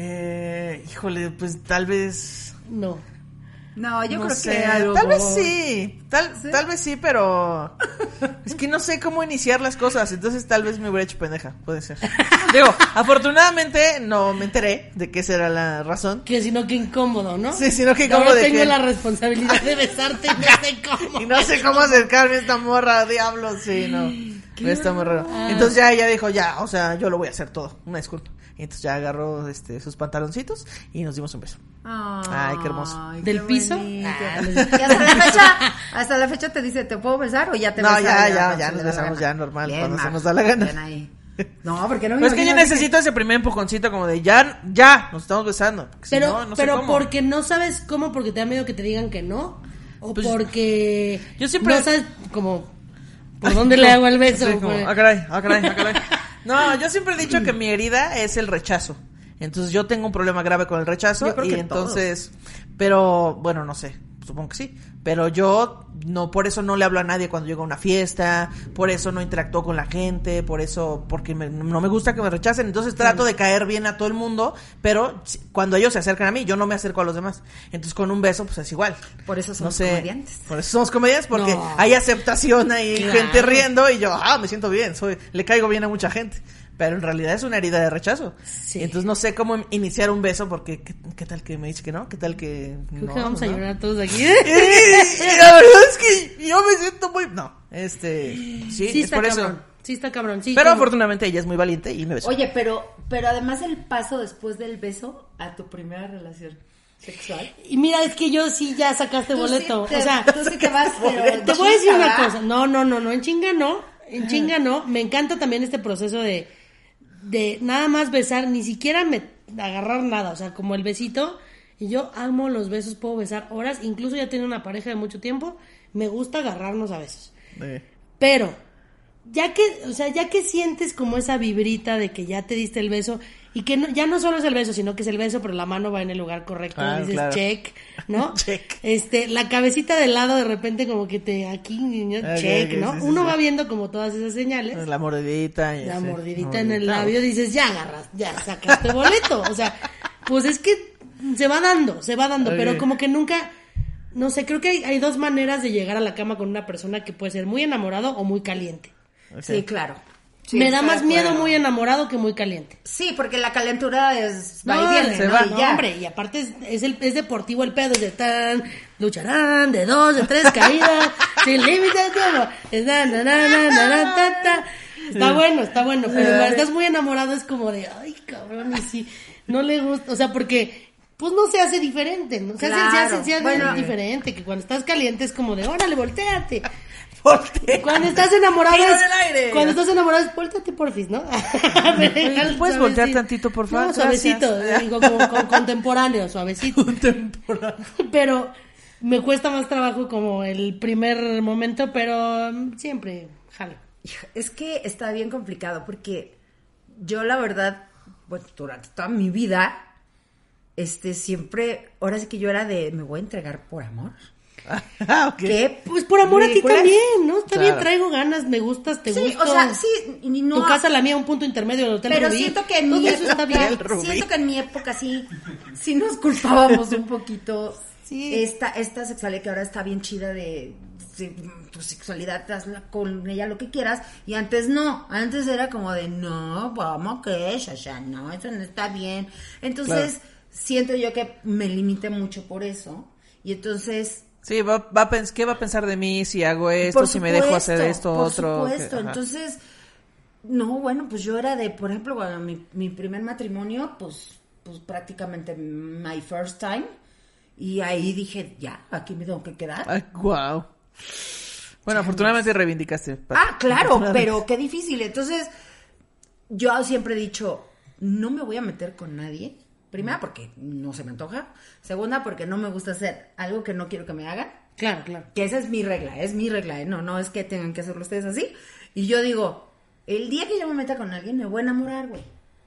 Eh, híjole, pues tal vez... No. No, yo no creo sé, que algo. tal vez sí, tal, tal vez sí, pero es que no sé cómo iniciar las cosas, entonces tal vez me hubiera hecho pendeja, puede ser. Digo, afortunadamente no me enteré de que esa era la razón. Que sino que incómodo, ¿no? Sí, sino que Ahora incómodo de tengo que- la responsabilidad de besarte y no sé cómo. Y no sé cómo acercarme a esta morra, diablo, sí, no. Está muy raro. Entonces ya ella dijo, ya, o sea, yo lo voy a hacer todo, una disculpa. Y entonces ya agarró este sus pantaloncitos y nos dimos un beso. Ay, qué hermoso. ¿Del qué piso? bonito. Ah, Y hasta la fecha, hasta la fecha te dice, ¿te puedo besar o ya te No, besas? ya, ya, cuando ya se nos le da la besamos gana? ya normal, Bien, cuando se Mar, nos da la gana. bien ahí. No, porque no me Pues es que yo imagino necesito ese primer empujoncito como de ya, ya, nos estamos besando. porque si Pero, no, no sé pero cómo. porque no sabes cómo, porque te da miedo que te digan que no, o Pues, porque yo siempre- no sabes como por dónde le hago el beso. Sí, como, pues. ah, caray, ah, caray, ah, caray. No, yo siempre he dicho que mi herida es el rechazo. Entonces yo tengo un problema grave con el rechazo Yo creo y que entonces, pero bueno, no sé, supongo que sí, pero yo no, por eso no le hablo a nadie cuando llego a una fiesta, por eso no interactúo con la gente, por eso, porque me- no me gusta que me rechacen, entonces trato de caer bien a todo el mundo, pero si- cuando ellos se acercan a mí, yo no me acerco a los demás, entonces con un beso pues es igual. Por eso somos No sé, comediantes. Por eso somos comediantes, porque No. hay aceptación, hay Claro. gente riendo y yo, ah, me siento bien, soy, le caigo bien a mucha gente. Pero en realidad es una herida de rechazo. Sí. Y entonces no sé cómo iniciar un beso porque ¿qué, qué tal que me dice que no? ¿Qué tal que Creo no? que vamos a ¿no? llorar todos aquí. Y, y la verdad es que yo me siento muy... No, este... Sí, Sí es está por cabrón. eso. Sí está cabrón. Sí, Pero como- afortunadamente ella es muy valiente y me besó. Oye, pero, pero además el paso después del beso a tu primera relación sexual. Y mira, es que yo sí ya sacaste Tú boleto. sí te- o sea, tú sí te vas, pero te voy a decir chinga, una ¿verdad? cosa. No, no, no, no, en chinga no. En chinga no. Me encanta también este proceso de, de nada más besar, ni siquiera me agarrar nada. O sea, como el besito. Y yo amo los besos, puedo besar horas. Incluso ya tengo una pareja de mucho tiempo. Me gusta agarrarnos a besos. Eh, Pero, ya que, o sea, ya que sientes como esa vibrita de que ya te diste el beso y que no, ya no solo es el beso, sino que es el beso, pero la mano va en el lugar correcto, Ah, dices claro. check, ¿no? Check. Este, la cabecita de lado de repente como que te aquí, niño, Ok, check, ok, ¿no? sí, sí, Uno sí. va viendo como todas esas señales. La mordidita. Y La así. mordidita en el Mordidita. labio, dices, ya agarras, ya sacaste boleto. O sea, pues es que se va dando, se va dando, Ok. pero como que nunca, no sé, creo que hay, hay dos maneras de llegar a la cama con una persona que puede ser muy enamorado o muy caliente. Ok. Sí, claro. Sí, Me da estoy de más miedo acuerdo. muy enamorado que muy caliente. Sí, porque la calentura es va No, y viene, se ¿no? va, Y no, ya. hombre, y aparte es, es, el, es deportivo el pedo, es de tan, lucharán de dos, de tres caídas, sin límite de tiempo. Es na, na, na, na, na, na, ta, ta. Está bueno, está bueno, pero cuando estás muy enamorado es como de, ay, cabrón, y sí, no le gusta, o sea, porque pues no se hace diferente, ¿no? Se hace, Claro. se hace, se hace Bueno, diferente, que cuando estás caliente es como de, órale, volteate. Voltea. Cuando estás enamorado Tiro es, del aire. cuando estás enamorado es, volteate porfis, ¿no? ¿Puedes Suavecito. voltear tantito, por favor? No, suavecito, Gracias. digo, como, como contemporáneo, suavecito. Contemporáneo. Pero me cuesta más trabajo como el primer momento, pero mm, siempre jalo. Hija, es que está bien complicado porque yo la verdad, pues durante toda mi vida, este, siempre, ahora sí que yo era de, me voy a entregar por amor. Ah, ok. ¿Qué? Pues por amor a ti ridículas. también, ¿no? Está Claro. bien, traigo ganas, me gustas, te Sí, gusto. o sea, sí, y no. Tu casa, la mía, un punto intermedio del Hotel Pero Rubí. siento que en Todo mi eso está época, bien. Rubí. siento que en mi época sí, sí nos culpábamos un poquito. Sí. Esta, esta sexualidad que ahora está bien chida de, de tu sexualidad, hazla con ella lo que quieras. Y antes no, antes era como de no, vamos que, ya, ya, no, eso no está bien. Entonces, Claro. siento yo que me limité mucho por eso. Y entonces, Sí, va, va a pens- ¿qué va a pensar de mí si hago esto, por si me dejo supuesto, hacer esto, por otro? supuesto. que- ajá. Entonces, no, bueno, pues yo era de, por ejemplo, bueno, mi, mi primer matrimonio, pues, pues prácticamente my first time. Y ahí dije, ya, aquí me tengo que quedar. Ay, wow. Bueno, afortunadamente reivindicaste. Pati. Ah, claro, pero qué difícil. Entonces, yo siempre he dicho, no me voy a meter con nadie. Primera, porque no se me antoja. Segunda, porque no me gusta hacer algo que no quiero que me hagan. Claro, claro. Que esa es mi regla, es mi regla, ¿eh? No, no es que tengan que hacerlo ustedes así. Y yo digo, el día que yo me meta con alguien, me voy a enamorar, güey.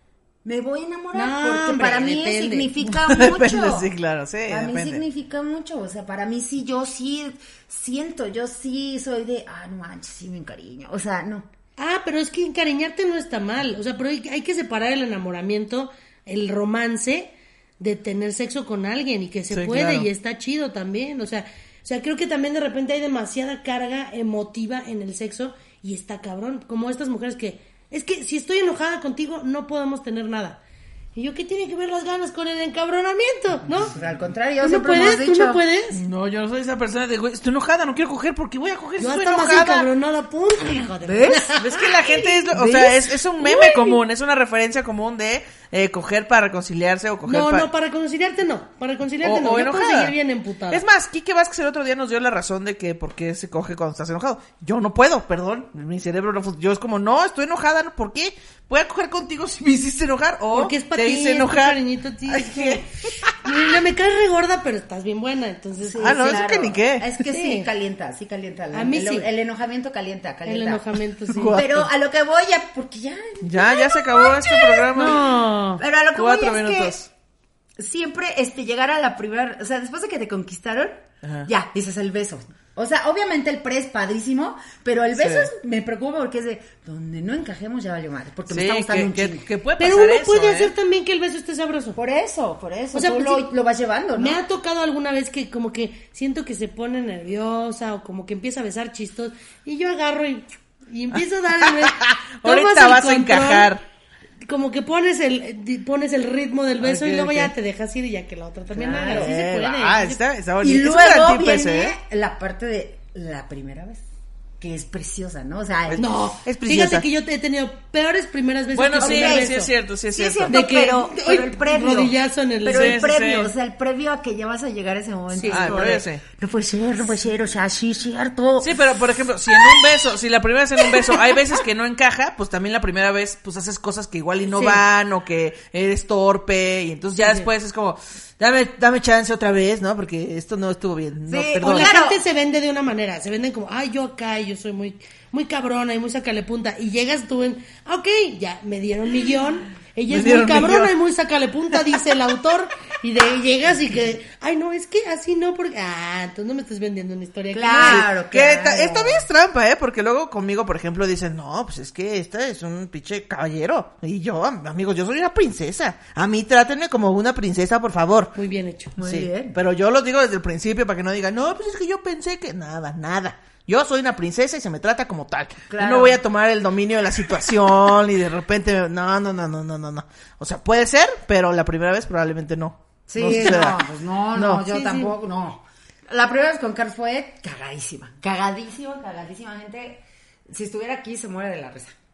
Me voy a enamorar No, porque hombre, para mí depende. significa Depende, mucho. sí, claro, sí, Para mí depende. significa mucho, o sea, para mí sí, yo sí siento, yo sí soy de, ah, no manches, sí me encariño, o sea, no. Ah, pero es que encariñarte no está mal. O sea, pero hay, hay que separar el enamoramiento, el romance, de tener sexo con alguien y que se Sí, puede claro. y está chido también. O sea, o sea, creo que también de repente hay demasiada carga emotiva en el sexo y está cabrón. Como estas mujeres que, es que si estoy enojada contigo no podemos tener nada. Y yo, ¿qué tiene que ver las ganas con el encabronamiento? ¿no? Pues al contrario, ¿Tú no siempre puedes? hemos ¿Tú dicho. no puedes? No, yo no soy esa persona de, güey, estoy enojada, no quiero coger porque voy a coger si Yo estoy hasta más enojada. encabronada, punto, hijo de... ¿Ves? Es que la gente es, lo- o ¿Ves? sea, es, es un meme Uy. común, es una referencia común de eh, coger para reconciliarse o coger No, pa- no, para reconciliarte no. Para reconciliarte o, no. o Yo puedo enojada. seguir bien emputada. Es más, Quique Vázquez el otro día nos dio la razón de que por qué se coge cuando estás enojado. Yo no puedo, perdón, mi cerebro no funciona. Yo es como, no, estoy enojada, ¿no? ¿Por qué? Voy a coger contigo si me hiciste enojar o Porque es para te ti, hice es tu enojar. cariñito a ti. Ay, Es que, mira, me caes re gorda, pero estás bien buena, entonces... Sí, Ah, no, eso que ni qué. Es que sí, Sí. calienta, sí calienta. La- A mí el, sí. el enojamiento calienta, calienta. El enojamiento, sí. Guau. Pero a lo que voy ya, porque ya... Ya, ya se acabó este programa. No. Pero a lo que Cuatro voy es minutos. que siempre este, llegar a la primera... O sea, después de que te conquistaron, Ajá. ya, dices el beso. O sea, obviamente el pre es padrísimo, pero el beso Sí. es- me preocupa porque es de, donde no encajemos ya valió madre, porque me Sí, está gustando que, un que, chingo. que puede pasar Pero uno eso, puede ¿eh? hacer también que el beso esté sabroso. Por eso, por eso, O sea, tú pues lo, sí, lo vas llevando, ¿no? Me ha tocado alguna vez que como que siento que se pone nerviosa o como que empieza a besar chistos y yo agarro y, y empiezo a dar el beso. Ahorita Tomas el vas a control, encajar. Como que pones el di- pones el ritmo del beso Ok, y luego ok. ya te dejas ir y ya que la otra también Claro. haga. Así se Eh, puede. ah, sí se- está, está Y bonito. Es un luego gran tip ese, viene ¿eh? la parte de la primera vez, que es preciosa, ¿no? O sea, No, Es preciosa. fíjate que yo he tenido peores primeras veces Bueno, que sí, primer sí beso. es cierto, sí es sí es cierto. cierto, De que- pero, Uy, pero el previo. rodillazo en el- Pero Sí, el sí, previo, sí. o sea, el previo a que ya vas a llegar a ese momento. Sí. es Ah, como pero de, ese. no puede ser, no puede ser, o sea, sí es cierto. Sí, pero por ejemplo, si en un beso, si la primera vez en un beso hay veces que no encaja, pues también la primera vez pues haces cosas que igual y no Sí. van o que eres torpe y entonces ya Sí, sí. después es como, dame dame chance otra vez, ¿no? Porque esto no estuvo bien. No, Sí, O perdón. la Claro. gente se vende de una manera, se venden como, ay, yo acá, y yo soy muy muy cabrona y muy sacale punta. Y llegas tú en, ah, ok, ya me dieron mi guión, ella Me es dieron muy mi cabrona guión. y muy sacale punta, dice el autor, y de ahí llegas y que, ay, no, es que así no, porque, ah, entonces no me estás vendiendo una historia. que no es. Claro, Que claro. ta- esta también es trampa, ¿eh? Porque luego conmigo, por ejemplo, dicen, no, pues es que esta es un pinche caballero. Y yo, am- amigos, yo soy una princesa. A mí trátenme como una princesa, por favor. Muy bien hecho. Muy Sí, bien. pero yo lo digo desde el principio para que no digan, no, pues es que yo pensé que nada, nada. Yo soy una princesa y se me trata como tal. Claro. Yo no voy a tomar el dominio de la situación y de repente, no, no, no, no, no, no, no. O sea, puede ser, pero la primera vez probablemente no. Sí, no, no, suceda. pues no, no, No. yo Sí, tampoco, no. La primera vez con Carl fue cagadísima, cagadísima, cagadísima, gente. Si estuviera aquí se muere de la risa.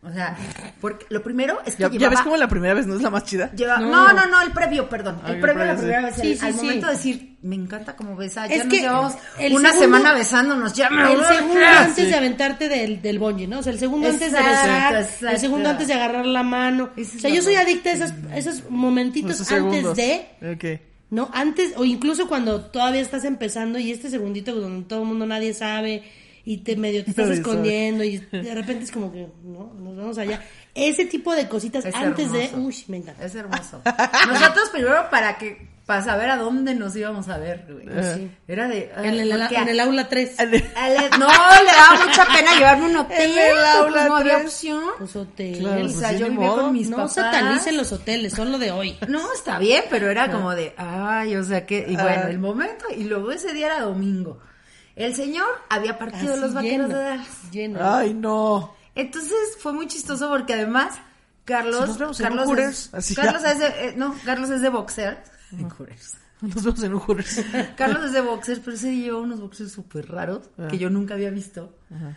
O sea, porque lo primero es que ¿Ya, llevaba... ¿Ya ves cómo la primera vez no es la más chida? Lleva- No. no. no, no, el previo, perdón. Ah, El el previo previo, la primera vez. sí. el- Sí, al sí, momento sí. de decir, me encanta cómo besa. Es Ya nos que llevamos el una segundo- semana besándonos. Ya me El segundo urge. antes de aventarte del, del bungee, ¿no? O sea, el segundo antes de Exacto, besar, exacto. el segundo antes de agarrar la mano. Ese es O sea, yo lo soy bueno. adicta a esos, a esos momentitos Esos antes segundos. de, Ok. ¿no? Antes, o incluso cuando todavía estás empezando y este segundito donde todo el mundo nadie sabe y te medio te estás Nadie escondiendo y de repente es como que, no, nos vamos allá. Ese tipo de cositas Es antes de, hermoso. uy, me encanta. Es hermoso. Nosotros primero para que para saber a dónde nos íbamos a ver, güey. Sí. Era de ay, En el, porque en el aula tres. a- Ale- no, le daba mucha pena llevarme un hotel. En el aula pues no había tres. opción. Los hoteles. Claro, O pues sea, sí, yo ni vivía modo. con mis No papás. satanicen los hoteles, son lo de hoy. No, está bien, pero era como de, ay, o sea que, y bueno, Ah. el momento, y luego ese día era domingo. El señor había partido Así los vaqueros lleno, de Dallas. lleno. Ay, no. Entonces fue muy chistoso porque además Carlos, Si nos vemos en un Carlos, Hooters, es, así Carlos ya. es de, eh, no, Carlos es de boxer. En Hooters. Nos vemos en un Hooters. Carlos es de boxer, pero ese día llevaba unos boxers súper raros Ah. que yo nunca había visto.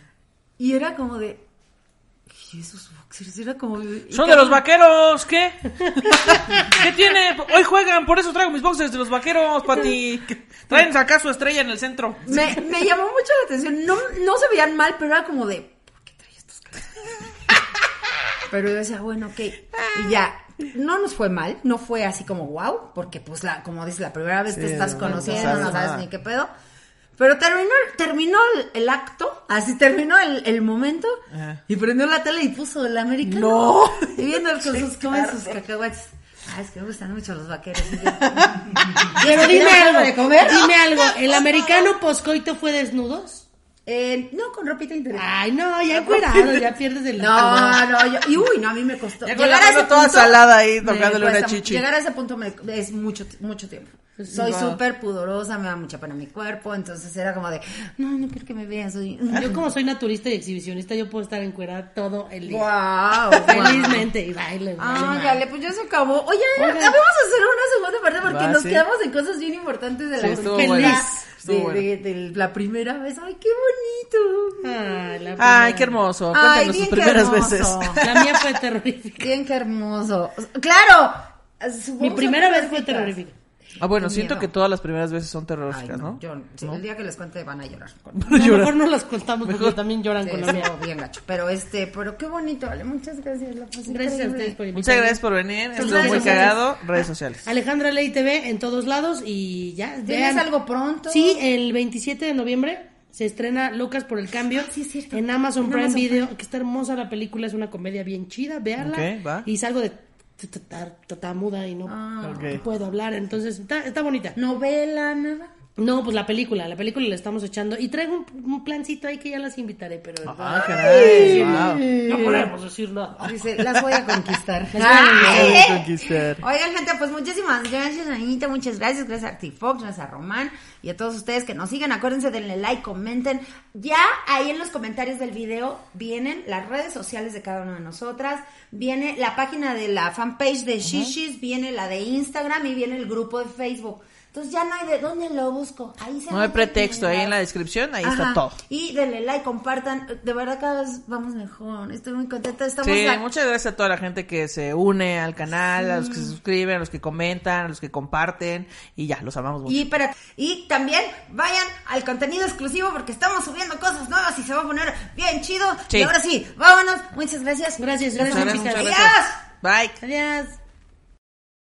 Y era como de, ¿y esos boxers? Era como y Son de Carlos- los vaqueros, ¿qué? ¿Qué tiene? Hoy juegan, por eso traigo mis boxers de los vaqueros, Pati. Traen acá su estrella en el centro. Me, me llamó mucho la atención. No, no se veían mal, pero era como de, ¿por qué trae estos calzones? Pero yo decía, bueno, ok. Y ya, no nos fue mal, no fue así como wow, porque pues la, como dices, la primera vez Sí, te estás no, conociendo, no no sabes sabes nada. ni qué pedo. Pero terminó, terminó el, el acto, así terminó el, el momento, Ajá. y prendió la tele y puso el americano. No. Y viendo con sus, comen sus cacahuates. Ah, es que me gustan mucho los vaqueros. Y yo, Pero dime ¿tienes algo, de comer? dime algo, ¿el americano poscoito fue desnudos? Eh, no, con ropita interior. Ay, no, ya encuerado, ya pierdes el... No, no, yo, y uy, no, a mí me costó. Ya con la mano toda salada ahí, tocándole me una cuesta- chichi. Llegar a ese punto me, es mucho, mucho tiempo. Soy wow. súper pudorosa, me da mucha pena mi cuerpo, entonces era como de, no, no quiero que me vean, soy... Yo como soy naturista y exhibicionista, yo puedo estar encuerada todo el día. Wow, Felizmente, y baile. Ah, dale, pues ya se acabó. Oye, vamos a hacer una segunda parte porque Va, nos sí. quedamos en cosas bien importantes de la Sí, estuvo película. bueno. Estuvo de, bueno. de- de la primera vez. Ay, qué bonito. Ay, la Ay, primera. qué hermoso. Ay, Cuéntanos bien sus que primeras hermoso. veces. La mía fue terrorífica. Bien, qué hermoso. Claro. Mi primera vez fue terrorífica. Ah, bueno, Qué siento miedo. que todas las primeras veces son Ay, terroríficas, no, ¿no? yo, sí, el día que les cuente van a llorar. A lo mejor no las contamos porque también lloran Sí, con la mía. estuvo bien gacho. Pero este, pero qué bonito, vale. Muchas gracias. La pasé Gracias a increíble. ustedes por invitarme. Muchas gracias por venir. Estuvo redes muy sociales. cagado. Redes sociales. Alejandra Ley T V en todos lados y ya. ¿Tienes vean. algo pronto? Sí, el veintisiete de noviembre se estrena Locas por el Cambio Sí, es cierto. en Amazon En Prime Amazon Video, que está hermosa la película, es una comedia bien chida, véanla. Ok, va. Y salgo de tata muda y no, Ah. Ok. no puedo hablar, entonces está, está bonita. Novela, nada. No, pues la película, la película la estamos echando y traigo un, un plancito ahí que ya las invitaré, pero Ah, caray. Wow. no podemos decir nada. Dice, las voy a conquistar. voy a Ay. conquistar. Oigan, gente, pues muchísimas gracias, Anita, muchas gracias, gracias a Artifox, gracias a Román y a todos ustedes que nos siguen. Acuérdense, denle like, comenten. Ya ahí en los comentarios del video vienen las redes sociales de cada una de nosotras, viene la página de la fanpage de Shishis, viene la de Instagram y viene el grupo de Facebook. Entonces ya no hay de dónde lo busco. Ahí se No hay meten pretexto. Ahí en la las- descripción, ahí Ajá. está todo. Y denle like, compartan. De verdad, cada vez vamos mejor. Estoy muy contenta. Estamos Sí, a- muchas gracias a toda la gente que se une al canal, a los que se suscriben, a los que comentan, a los que comparten. Y ya, los amamos mucho. Y, espera, y también vayan al contenido exclusivo porque estamos subiendo cosas nuevas y se va a poner bien chido. Sí. Y ahora sí, vámonos. Muchas gracias. Gracias, Muchas gracias, gracias, chicas. muchas Adiós. gracias. Bye. Adiós.